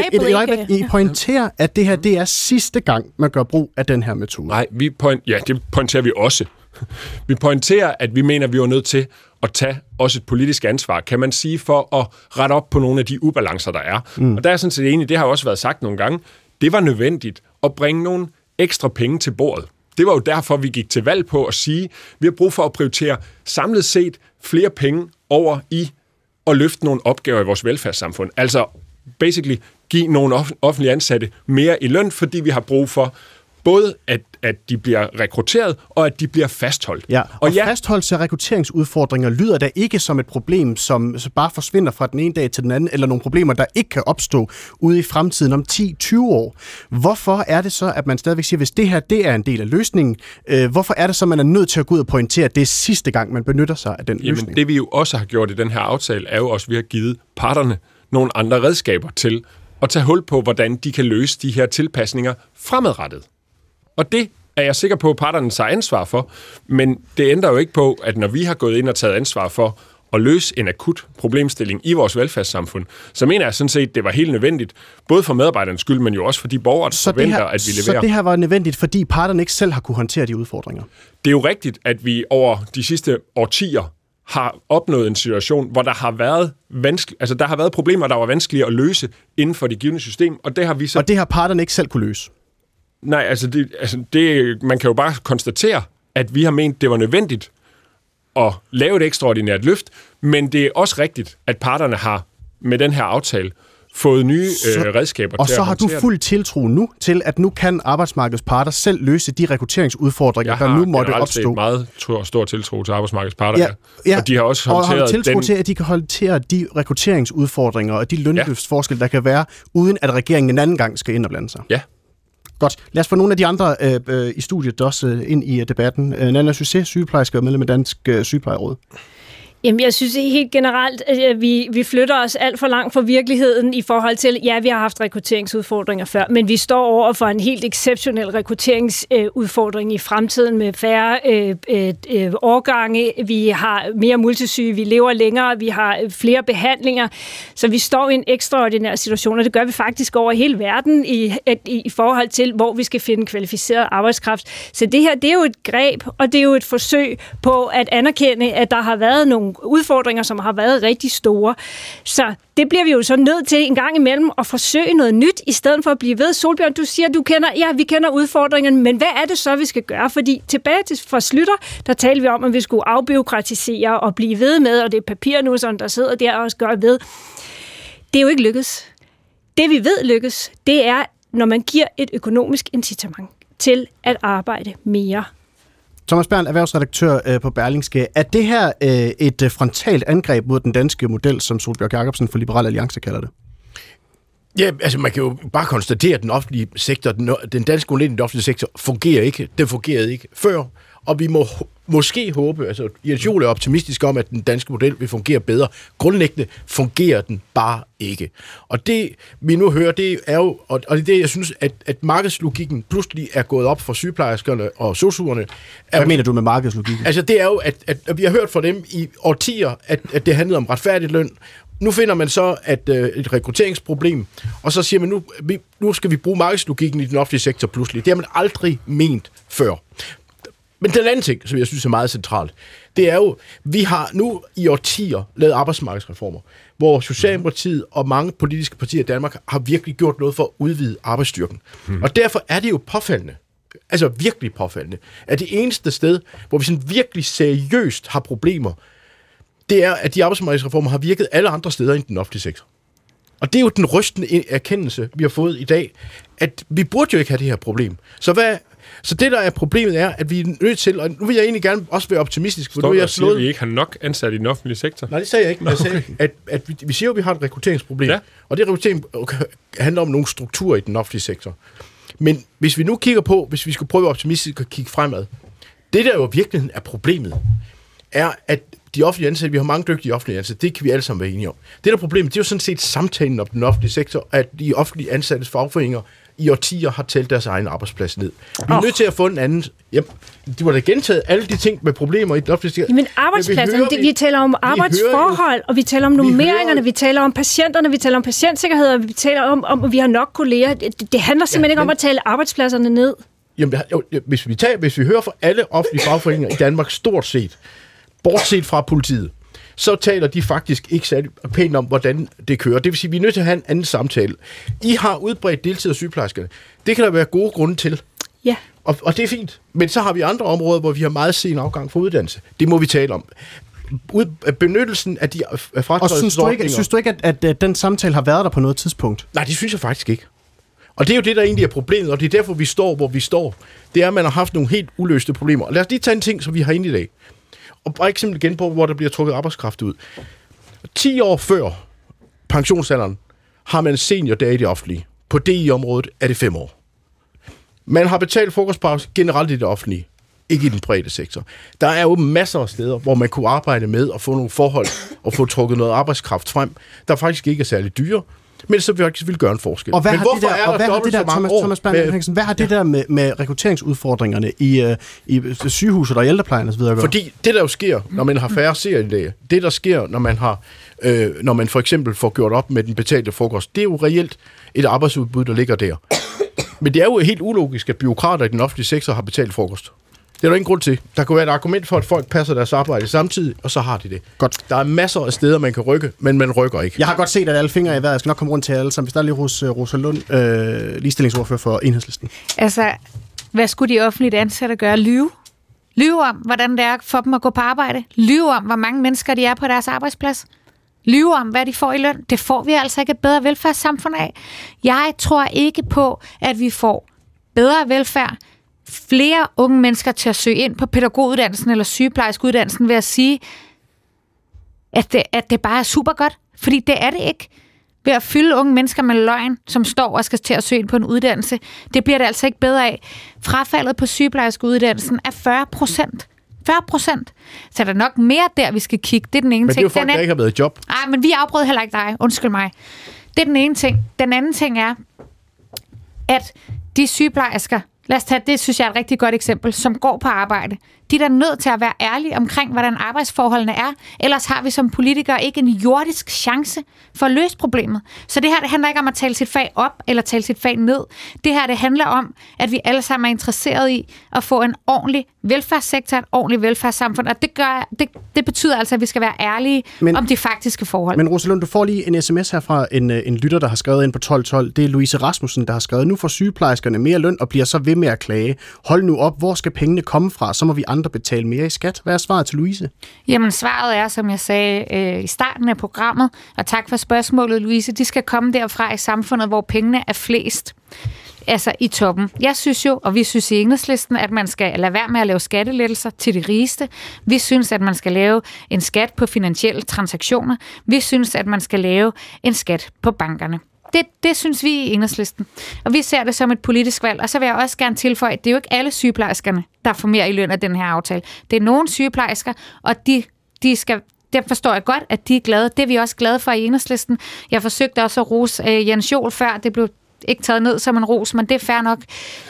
I pointerer, at det her, det er sidste gang, man gør brug af den her metode. Nej, det pointerer vi også. Vi pointerer, at vi mener, at vi er nødt til at tage også et politisk ansvar, kan man sige, for at rette op på nogle af de ubalancer, der er. Og der er sådan set enig, det har også været sagt nogle gange, det var nødvendigt at bringe nogle ekstra penge til bordet. Det var jo derfor, vi gik til valg på at sige, vi har brug for at prioritere samlet set flere penge over i at løfte nogle opgaver i vores velfærdssamfund. Altså basically give nogle offentlige ansatte mere i løn, fordi vi har brug for både at de bliver rekrutteret, og at de bliver fastholdt. Ja, og fastholdelse af rekrutteringsudfordringer lyder da ikke som et problem, som bare forsvinder fra den ene dag til den anden, eller nogle problemer, der ikke kan opstå ude i fremtiden om 10-20 år. Hvorfor er det så, at man stadigvæk siger, hvis det her det er en del af løsningen, hvorfor er det så, at man er nødt til at gå ud og pointere, at det er sidste gang, man benytter sig af den løsning? Jamen, det vi jo også har gjort i den her aftale, er jo også, at vi har givet parterne nogle andre redskaber til at tage hul på, hvordan de kan løse de her tilpasninger fremadrettet. Og det er jeg sikker på, at parterne tager ansvar for, men det ændrer jo ikke på, at når vi har gået ind og taget ansvar for at løse en akut problemstilling i vores velfærdssamfund, så mener jeg sådan set, det var helt nødvendigt, både for medarbejdernes skyld, men jo også for de borgere, der forventer, at vi leverer. Så det her var nødvendigt, fordi parterne ikke selv har kunne håndtere de udfordringer? Det er jo rigtigt, at vi over de sidste årtier har opnået en situation, hvor der har været problemer, der var vanskelige at løse inden for det givne system, og det har vi så... Og det har parterne ikke selv kunne løse? Nej, man kan jo bare konstatere, at vi har ment, det var nødvendigt at lave et ekstraordinært løft, men det er også rigtigt, at parterne har med den her aftale fået nye redskaber til at håndtere. Og så har du fuld tiltro nu til, at nu kan arbejdsmarkedets parter selv løse de rekrutteringsudfordringer, der nu måtte opstå. Jeg har meget stor tiltro til arbejdsmarkedets parter, og de har også håndteret tiltro til, at de kan håndtere de rekrutteringsudfordringer og de lønløftsforskelle, der kan være, uden at regeringen en anden gang skal ind og blande sig. Ja. Godt. Lad os få nogle af de andre i studiet også ind i debatten. Nanna Sucé, sygeplejerske og medlem af Dansk Sygeplejeråd. Jamen, jeg synes helt generelt, at vi flytter os alt for langt fra virkeligheden i forhold til, ja, vi har haft rekrutteringsudfordringer før, men vi står over for en helt exceptionel rekrutteringsudfordring i fremtiden med færre årgange. Vi har mere multisyge, vi lever længere, vi har flere behandlinger, så vi står i en ekstraordinær situation, og det gør vi faktisk over hele verden i forhold til, hvor vi skal finde kvalificeret arbejdskraft. Så det her, det er jo et greb, og det er jo et forsøg på at anerkende, at der har været nogle udfordringer, som har været rigtig store. Så det bliver vi jo så nødt til en gang imellem at forsøge noget nyt, i stedet for at blive ved. Solbjørn, du siger, vi kender udfordringerne, men hvad er det så, vi skal gøre? Fordi tilbage til fra Schlüter, der talte vi om, at vi skulle afbureaukratisere og blive ved med, og det er papirnusserne, der sidder der og gør ved. Det er jo ikke lykkes. Det vi ved lykkes, det er, når man giver et økonomisk incitament til at arbejde mere. Thomas Bernd, erhvervsredaktør på Berlingske. Er det her et frontalt angreb mod den danske model, som Sólbjørg Jakobsen fra Liberal Alliance kalder det? Ja, altså man kan jo bare konstatere, at den offentlige sektor, den danske model i den offentlige sektor, fungerer ikke. Den fungerede ikke før, og vi må måske håbe, altså Jens Juhl er optimistisk om, at den danske model vil fungere bedre. Grundlæggende fungerer den bare ikke. Og det, vi nu hører, det er jo, og det er det, jeg synes, at markedslogikken pludselig er gået op for sygeplejerskerne og sosuerne. Hvad mener du med markedslogikken? Altså det er jo, at vi har hørt fra dem i årtier, at det handlede om retfærdig løn. Nu finder man så et rekrutteringsproblem, og så siger man, nu skal vi bruge markedslogikken i den offentlige sektor pludselig. Det har man aldrig ment før. Men den anden ting, som jeg synes er meget centralt, det er jo, vi har nu i årtier lavet arbejdsmarkedsreformer, hvor Socialdemokratiet og mange politiske partier i Danmark har virkelig gjort noget for at udvide arbejdsstyrken. Og derfor er det jo påfaldende, altså virkelig påfaldende, at det eneste sted, hvor vi sådan virkelig seriøst har problemer, det er, at de arbejdsmarkedsreformer har virket alle andre steder end den offentlige sektor. Og det er jo den rystende erkendelse, vi har fået i dag, at vi burde jo ikke have det her problem. Så det, der er problemet, er, at vi er nødt til, og nu vil jeg egentlig gerne også være optimistisk, for nu er jeg slået... Siger vi ikke har nok ansat i den offentlige sektor? Nej, det sagde jeg ikke. Jeg sagde, at vi siger jo, at vi har et rekrutteringsproblem, ja. Og det rekruttering handler om nogle strukturer i den offentlige sektor. Men hvis vi nu kigger på, hvis vi skulle prøve optimistisk at kigge fremad, det der jo virkeligheden er problemet, er, at de offentlige ansatte, vi har mange dygtige offentlige ansatte, det kan vi alle sammen være enige om. Det der problemet, det er jo sådan set samtalen om den offentlige sektor, at de offentlige ansattes fagforeninger i årtier har talt deres egen arbejdsplads ned. Vi er nødt til at få en anden... Jamen, de var da gentaget alle de ting med problemer i den offentlige sektor. Men arbejdspladserne, vi taler om arbejdsforhold, og vi taler om nummeringerne, vi taler om patienterne, vi taler om patientsikkerhed, og vi taler om at vi har nok kolleger. Det handler simpelthen ikke om at tale arbejdspladserne ned. Jamen, hvis vi hører fra alle offentlige fagforeninger i Danmark stort set, bortset fra politiet, så taler de faktisk ikke særlig pænt om, hvordan det kører. Det vil sige, at vi er nødt til at have en anden samtale. I har udbredt deltid af sygeplejerskerne. Det kan der være gode grunde til. Ja. Og det er fint. Men så har vi andre områder, hvor vi har meget sen afgang for uddannelse. Det må vi tale om. Benyttelsen af de fratrædelsesordninger... Og synes du ikke, at den samtale har været der på noget tidspunkt? Nej, det synes jeg faktisk ikke. Og det er jo det, der egentlig er problemet, og det er derfor, vi står, hvor vi står. Det er, at man har haft nogle helt uløste problemer. Og lad os lige tage en ting, som vi har inde i dag. Og bare eksempel igen på, hvor der bliver trukket arbejdskraft ud. 10 år før pensionsalderen har man seniordage i det offentlige. På DI-området er det 5 år. Man har betalt frokostpause generelt i det offentlige, ikke i den private sektor. Der er jo masser af steder, hvor man kunne arbejde med at få nogle forhold og få trukket noget arbejdskraft frem, der faktisk ikke er særlig dyre, men så faktisk vil gøre en forskel. Og hvad har det der med rekrutteringsudfordringerne i sygehuset og ældreplejen osv. Fordi det, der jo sker, når man har færre seriedage, det, der sker, når man for eksempel får gjort op med den betalte frokost, det er jo reelt et arbejdsudbud, der ligger der. Men det er jo helt ulogisk, at bureaukrater i den offentlige sektor har betalt frokost. Det er der ingen grund til. Der kunne være et argument for, at folk passer deres arbejde samtidig, og så har de det. Godt. Der er masser af steder, man kan rykke, men man rykker ikke. Jeg har godt set, at alle fingre er i vejret. Jeg skal nok komme rundt til alle sammen. Vi starter lige hos Rosa Lund, ligestillingsordfører for Enhedslisten. Altså, hvad skulle de offentligt ansatte gøre? Lyve om, hvordan det er for dem at gå på arbejde? Lyve om, hvor mange mennesker de er på deres arbejdsplads? Lyve om, hvad de får i løn? Det får vi altså ikke et bedre velfærdssamfund af. Jeg tror ikke på, at vi får bedre velfærd, flere unge mennesker til at søge ind på pædagoguddannelsen eller sygeplejerskeuddannelsen ved at sige, at det bare er super godt. Fordi det er det ikke. Ved at fylde unge mennesker med løgn, som står og skal til at søge ind på en uddannelse, det bliver det altså ikke bedre af. Frafaldet på sygeplejerskeuddannelsen er 40%. 40%. Så er der nok mere der, vi skal kigge. Det er den ene ting. Men det er jo folk, der ikke har været i job. Nej, men vi afbrød heller ikke dig. Undskyld mig. Det er den ene ting. Den anden ting er, at de sygeplejersker, lad os tage, det synes jeg er et rigtig godt eksempel, som går på arbejde. De er da nødt til at være ærlige omkring, hvordan arbejdsforholdene er. Ellers har vi som politikere ikke en jordisk chance for at løse problemet. Så det her, det handler ikke om at tale sit fag op eller tale sit fag ned. Det her, det handler om, at vi alle sammen er interesseret i at få en ordentlig velfærdssektor, et ordentligt velfærdssamfund. Og det betyder altså, at vi skal være ærlige om de faktiske forhold. Men Rosalund, du får lige en sms her fra en lytter, der har skrevet ind på 1212. Det er Louise Rasmussen, der har skrevet, nu får sygeplejerskerne mere løn og bliver så ved med at klage. Hold nu op, hvor skal pengene komme fra? Så må vi andre betale mere i skat. Hvad er svaret til Louise? Jamen, svaret er, som jeg sagde i starten af programmet, og tak for spørgsmålet, Louise, de skal komme derfra i samfundet, hvor pengene er flest. Altså i toppen. Jeg synes jo, og vi synes i Enhedslisten, at man skal lade være med at lave skattelettelser til de rigeste. Vi synes, at man skal lave en skat på finansielle transaktioner. Vi synes, at man skal lave en skat på bankerne. Det synes vi i Enhedslisten. Og vi ser det som et politisk valg. Og så vil jeg også gerne tilføje, at det er jo ikke alle sygeplejerskerne, der får mere i løn af den her aftale. Det er nogle sygeplejersker, og de skal... Det forstår jeg godt, at de er glade. Det er vi også glade for i Enhedslisten. Jeg forsøgte også at rose Jens Joel før. Det blev ikke taget ned som en ros, men det er fair nok.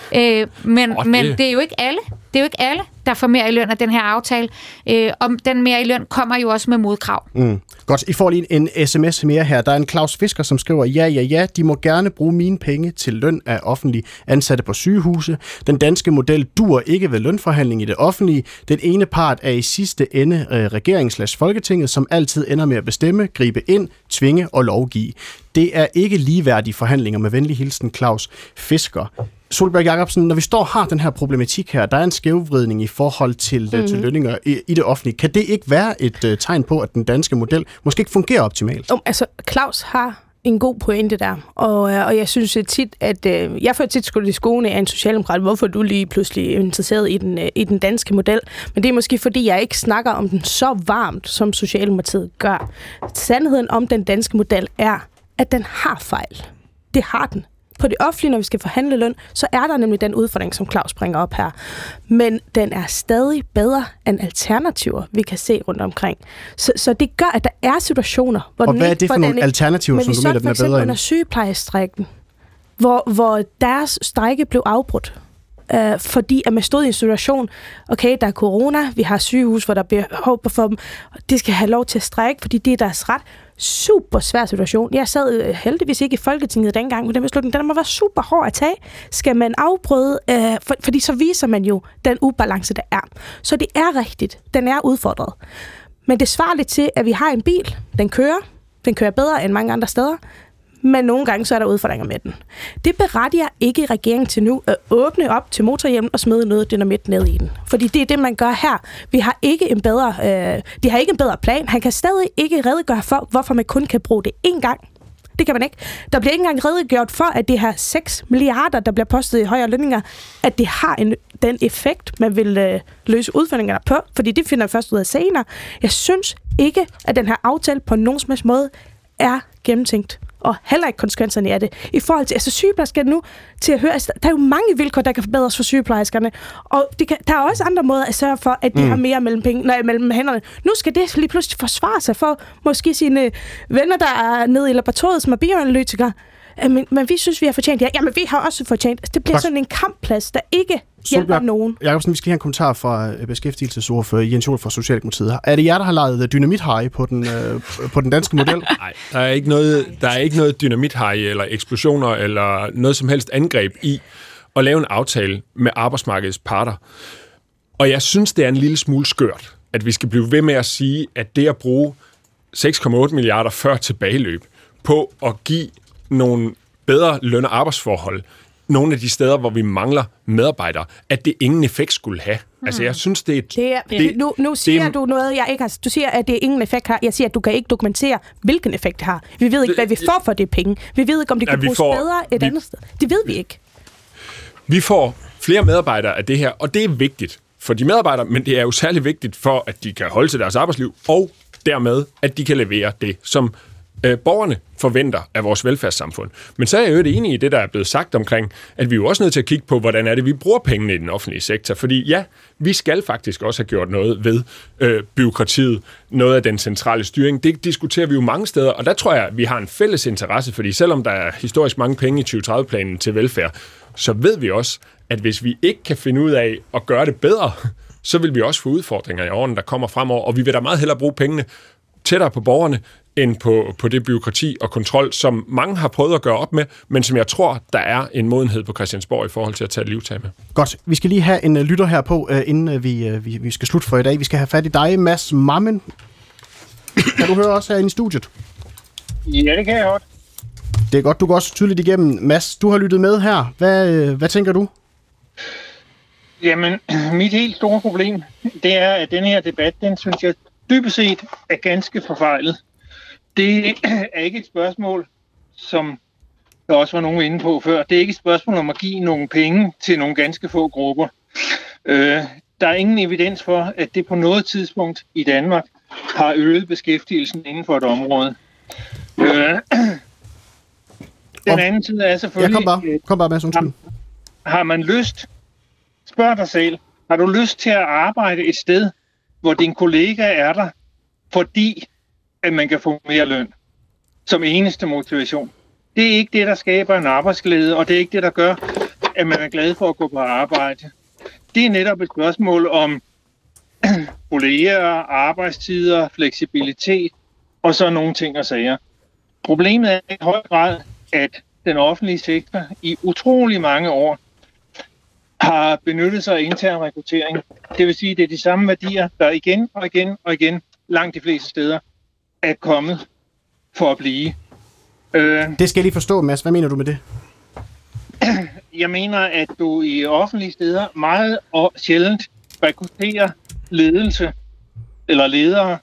Men det er jo ikke alle. Det er jo ikke alle, der får mere i løn af den her aftale. Om den mere i løn kommer jo også med modkrav. Godt, I får lige en sms mere her. Der er en Claus Fisker, som skriver, ja, de må gerne bruge mine penge til løn af offentlige ansatte på sygehuse. Den danske model dur ikke ved lønforhandling i det offentlige. Den ene part er i sidste ende regeringen/Folketinget, som altid ender med at bestemme, gribe ind, tvinge og lovgive. Det er ikke ligeværdige forhandlinger. Med venlig hilsen, Claus Fisker. Solberg Jacobsen, når vi står og har den her problematik her, der er en skævvridning i forhold til lønninger i det offentlige. Kan det ikke være et tegn på, at den danske model måske ikke fungerer optimalt? Altså, Claus har en god pointe der, og jeg synes tit, at jeg får tit skudt i skoene af en socialdemokrat, hvorfor du lige pludselig er interesseret i den danske model, men det er måske fordi, jeg ikke snakker om den så varmt, som Socialdemokratiet gør. Sandheden om den danske model er, at den har fejl. Det har den. På det offentlige, når vi skal forhandle løn, så er der nemlig den udfordring, som Claus bringer op her. Men den er stadig bedre end alternativer, vi kan se rundt omkring. Så det gør, at der er situationer, hvor og hvad er det for nogle alternativer, som du mener, den er bedre end? Under sygeplejestrækken, hvor deres strejke blev afbrudt. Fordi at man stod i en situation, okay, der er corona, vi har sygehus, hvor der bliver behov for dem, og de skal have lov til at strejke, fordi det er deres ret. Super svær situation. Jeg sad heldigvis ikke i Folketinget dengang, men den beslutning, den må være super hård at tage. Skal man afbryde, fordi så viser man jo den ubalance, der er. Så det er rigtigt. Den er udfordret. Men det svarer lidt til, at vi har en bil. Den kører bedre end mange andre steder. Men nogle gange så er der udfordringer med den. Det berettiger ikke regeringen til nu at åbne op til motorhjelmen og smide noget dynamit ned i den. Fordi det er det, man gør her. Vi har ikke de har ikke en bedre plan. Han kan stadig ikke redegøre for, hvorfor man kun kan bruge det én gang. Det kan man ikke. Der bliver ikke engang redegjort for, at det her 6 milliarder, der bliver postet i højere lønninger, at det har den effekt, man vil løse udfordringerne på. Fordi det finder vi først ud af senere. Jeg synes ikke, at den her aftale på nogen som helst måde er gennemtænkt. Og heller ikke konsekvenserne af det. I forhold til sygeplejersker nu, til at høre, der er jo mange vilkår, der kan forbedres for sygeplejerskerne. Og der er også andre måder at sørge for, at de har mere mellem hænderne. Nu skal det lige pludselig forsvare sig for måske sine venner, der er nede i laboratoriet, som er bioanalytikere. Men vi synes, vi har fortjent det. Jamen, vi har også fortjent. Det bliver sådan en kampplads, der ikke hjælper nogen. Jacobsen, vi skal have en kommentar fra beskæftigelsesordfører Jens Joel fra Socialdemokratiet. Er det jer, der har lavet dynamithaj på den danske model? Nej, der er ikke noget dynamithaj eller eksplosioner eller noget som helst angreb i at lave en aftale med arbejdsmarkedets parter. Og jeg synes, det er en lille smule skørt, at vi skal blive ved med at sige, at det at bruge 6,8 milliarder før tilbageløb på at give nogle bedre løn- og arbejdsforhold, nogle af de steder, hvor vi mangler medarbejdere, at det ingen effekt skulle have. Altså, jeg synes, det er... Nu siger du noget, jeg ikke har... Du siger, at det ingen effekt har. Jeg siger, at du kan ikke dokumentere, hvilken effekt det har. Vi ved ikke, hvad vi får for det penge. Vi ved ikke, om det kan bruges bedre et andet sted. Det ved vi ikke. Vi får flere medarbejdere af det her, og det er vigtigt for de medarbejdere, men det er jo særlig vigtigt for, at de kan holde til deres arbejdsliv, og dermed, at de kan levere det, som borgerne forventer af vores velfærdssamfund. Men så er jeg jo enig i det, der er blevet sagt omkring, at vi er jo også nødt til at kigge på, hvordan er det, vi bruger pengene i den offentlige sektor. Fordi ja, vi skal faktisk også have gjort noget ved bureaukratiet, noget af den centrale styring. Det diskuterer vi jo mange steder, og der tror jeg, at vi har en fælles interesse, fordi selvom der er historisk mange penge i 2030-planen til velfærd, så ved vi også, at hvis vi ikke kan finde ud af at gøre det bedre, så vil vi også få udfordringer i årene, der kommer fremover, og vi vil da meget hellere bruge pengene tættere på borgerne, end på det bureaukrati og kontrol, som mange har prøvet at gøre op med, men som jeg tror, der er en modenhed på Christiansborg i forhold til at tage et livtag med. Godt. Vi skal lige have en lytter her på, inden vi skal slutte for i dag. Vi skal have fat i dig, Mads Mammen. Kan du høre os herinde i studiet? Ja, det kan jeg godt. Det er godt, du går også tydeligt igennem. Mads, du har lyttet med her. Hvad tænker du? Jamen, mit helt store problem, det er, at den her debat, den synes jeg dybest set er ganske forfejlet. Det er ikke et spørgsmål, som der også var nogen inde på før. Det er ikke et spørgsmål om at give nogle penge til nogle ganske få grupper. Der er ingen evidens for, at det på noget tidspunkt i Danmark har øget beskæftigelsen inden for et område. Den anden side er selvfølgelig... Ja, kom bare Mads, undskyld. Har man lyst... Spørg dig selv, har du lyst til at arbejde et sted, hvor din kollega er der, fordi at man kan få mere løn som eneste motivation? Det er ikke det, der skaber en arbejdsglæde, og det er ikke det, der gør, at man er glad for at gå på arbejde. Det er netop et spørgsmål om kolleger, arbejdstider, fleksibilitet og så nogle ting og sager. Problemet er i høj grad, at den offentlige sektor i utrolig mange år har benyttet sig af intern rekruttering. Det vil sige, at det er de samme værdier, der igen og igen langt de fleste steder er kommet for at blive. Det skal jeg lige forstå, Mads. Hvad mener du med det? Jeg mener, at du i offentlige steder meget og sjældent rekrutterer ledelse eller ledere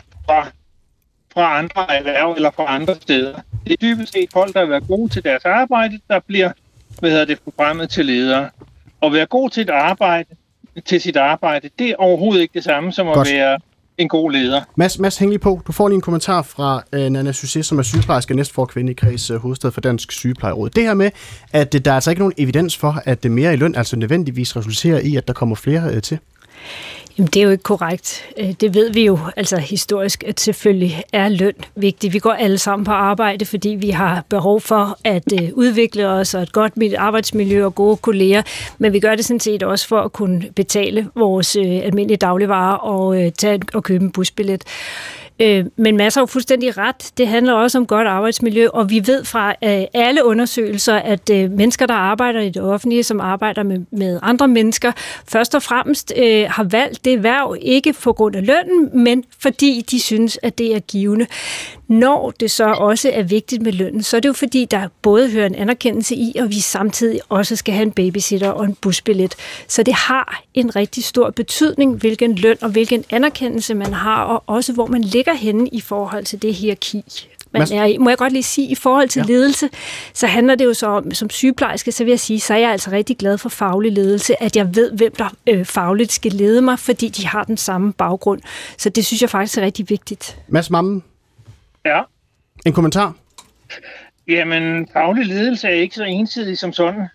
fra andre erhverv eller fra andre steder. Det er dybest set folk, der har været gode til deres arbejde, der bliver forfremmet til ledere. At være god til sit arbejde, det er overhovedet ikke det samme som at være en god leder. Mads, hæng lige på. Du får lige en kommentar fra Nanna Succes, som er sygeplejerske og næstforkvinde i Kreds Hovedstad for Dansk Sygeplejeråd. Det her med, at der er altså ikke nogen evidens for, at det mere i løn altså nødvendigvis resulterer i, at der kommer flere til. Jamen, det er jo ikke korrekt. Det ved vi jo altså historisk, at selvfølgelig er løn vigtigt. Vi går alle sammen på arbejde, fordi vi har behov for at udvikle os og et godt arbejdsmiljø og gode kolleger, men vi gør det sådan set også for at kunne betale vores almindelige dagligvarer og købe en busbillet. Men Mads har jo fuldstændig ret. Det handler også om godt arbejdsmiljø, og vi ved fra alle undersøgelser, at mennesker, der arbejder i det offentlige, som arbejder med andre mennesker, først og fremmest har valgt det erhverv ikke på grund af lønnen, men fordi de synes, at det er givende. Når det så også er vigtigt med lønnen, så er det jo fordi, der både hører en anerkendelse i, og vi samtidig også skal have en babysitter og en busbillet. Så det har en rigtig stor betydning, hvilken løn og hvilken anerkendelse man har, og også hvor man ligger henne i forhold til det hierarki. Må jeg godt lige sige, i forhold til ledelse, så handler det jo så om, som sygeplejerske, så vil jeg sige, så er jeg altså rigtig glad for faglig ledelse, at jeg ved, hvem der fagligt skal lede mig, fordi de har den samme baggrund. Så det synes jeg faktisk er rigtig vigtigt. Mads Mammen? Ja? En kommentar? Jamen, faglig ledelse er ikke så ensidig som sådan.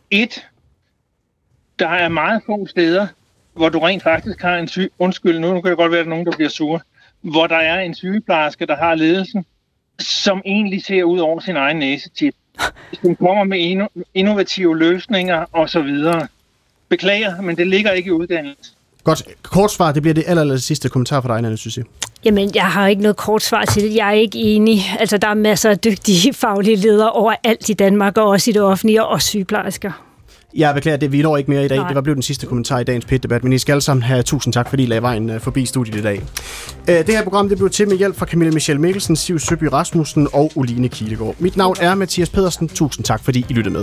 Der er meget få steder, hvor du rent faktisk har en undskyld, nu kan det godt være, at der er nogen, der bliver sure, hvor der er en sygeplejerske, der har ledelsen, som egentlig ser ud over sin egen næsetip. Som kommer med innovative løsninger osv. Beklager, men det ligger ikke i uddannelse. Godt. Kort svar, det bliver det aller sidste kommentar fra dig, Nanne Succes. Jamen, jeg har ikke noget kort svar til det. Jeg er ikke enig. Altså, der er masser af dygtige faglige ledere overalt i Danmark, og også i det offentlige, og sygeplejersker. Jeg beklager, det vi når ikke mere i dag. Nej. Det var blevet den sidste kommentar i dagens PIT-debat, men I skal alle sammen have tusind tak, fordi I lagde vejen forbi studiet i dag. Det her program det blev til med hjælp fra Camilla Michelle Mikkelsen, Siv Søby Rasmussen og Oline Kilegaard. Mit navn er Mathias Pedersen. Tusind tak, fordi I lyttede med.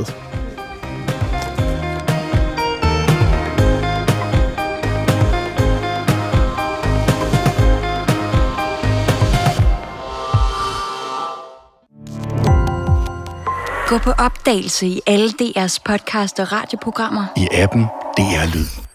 Gå på opdagelse i alle DR's podcast og radioprogrammer. I appen DR Lyd.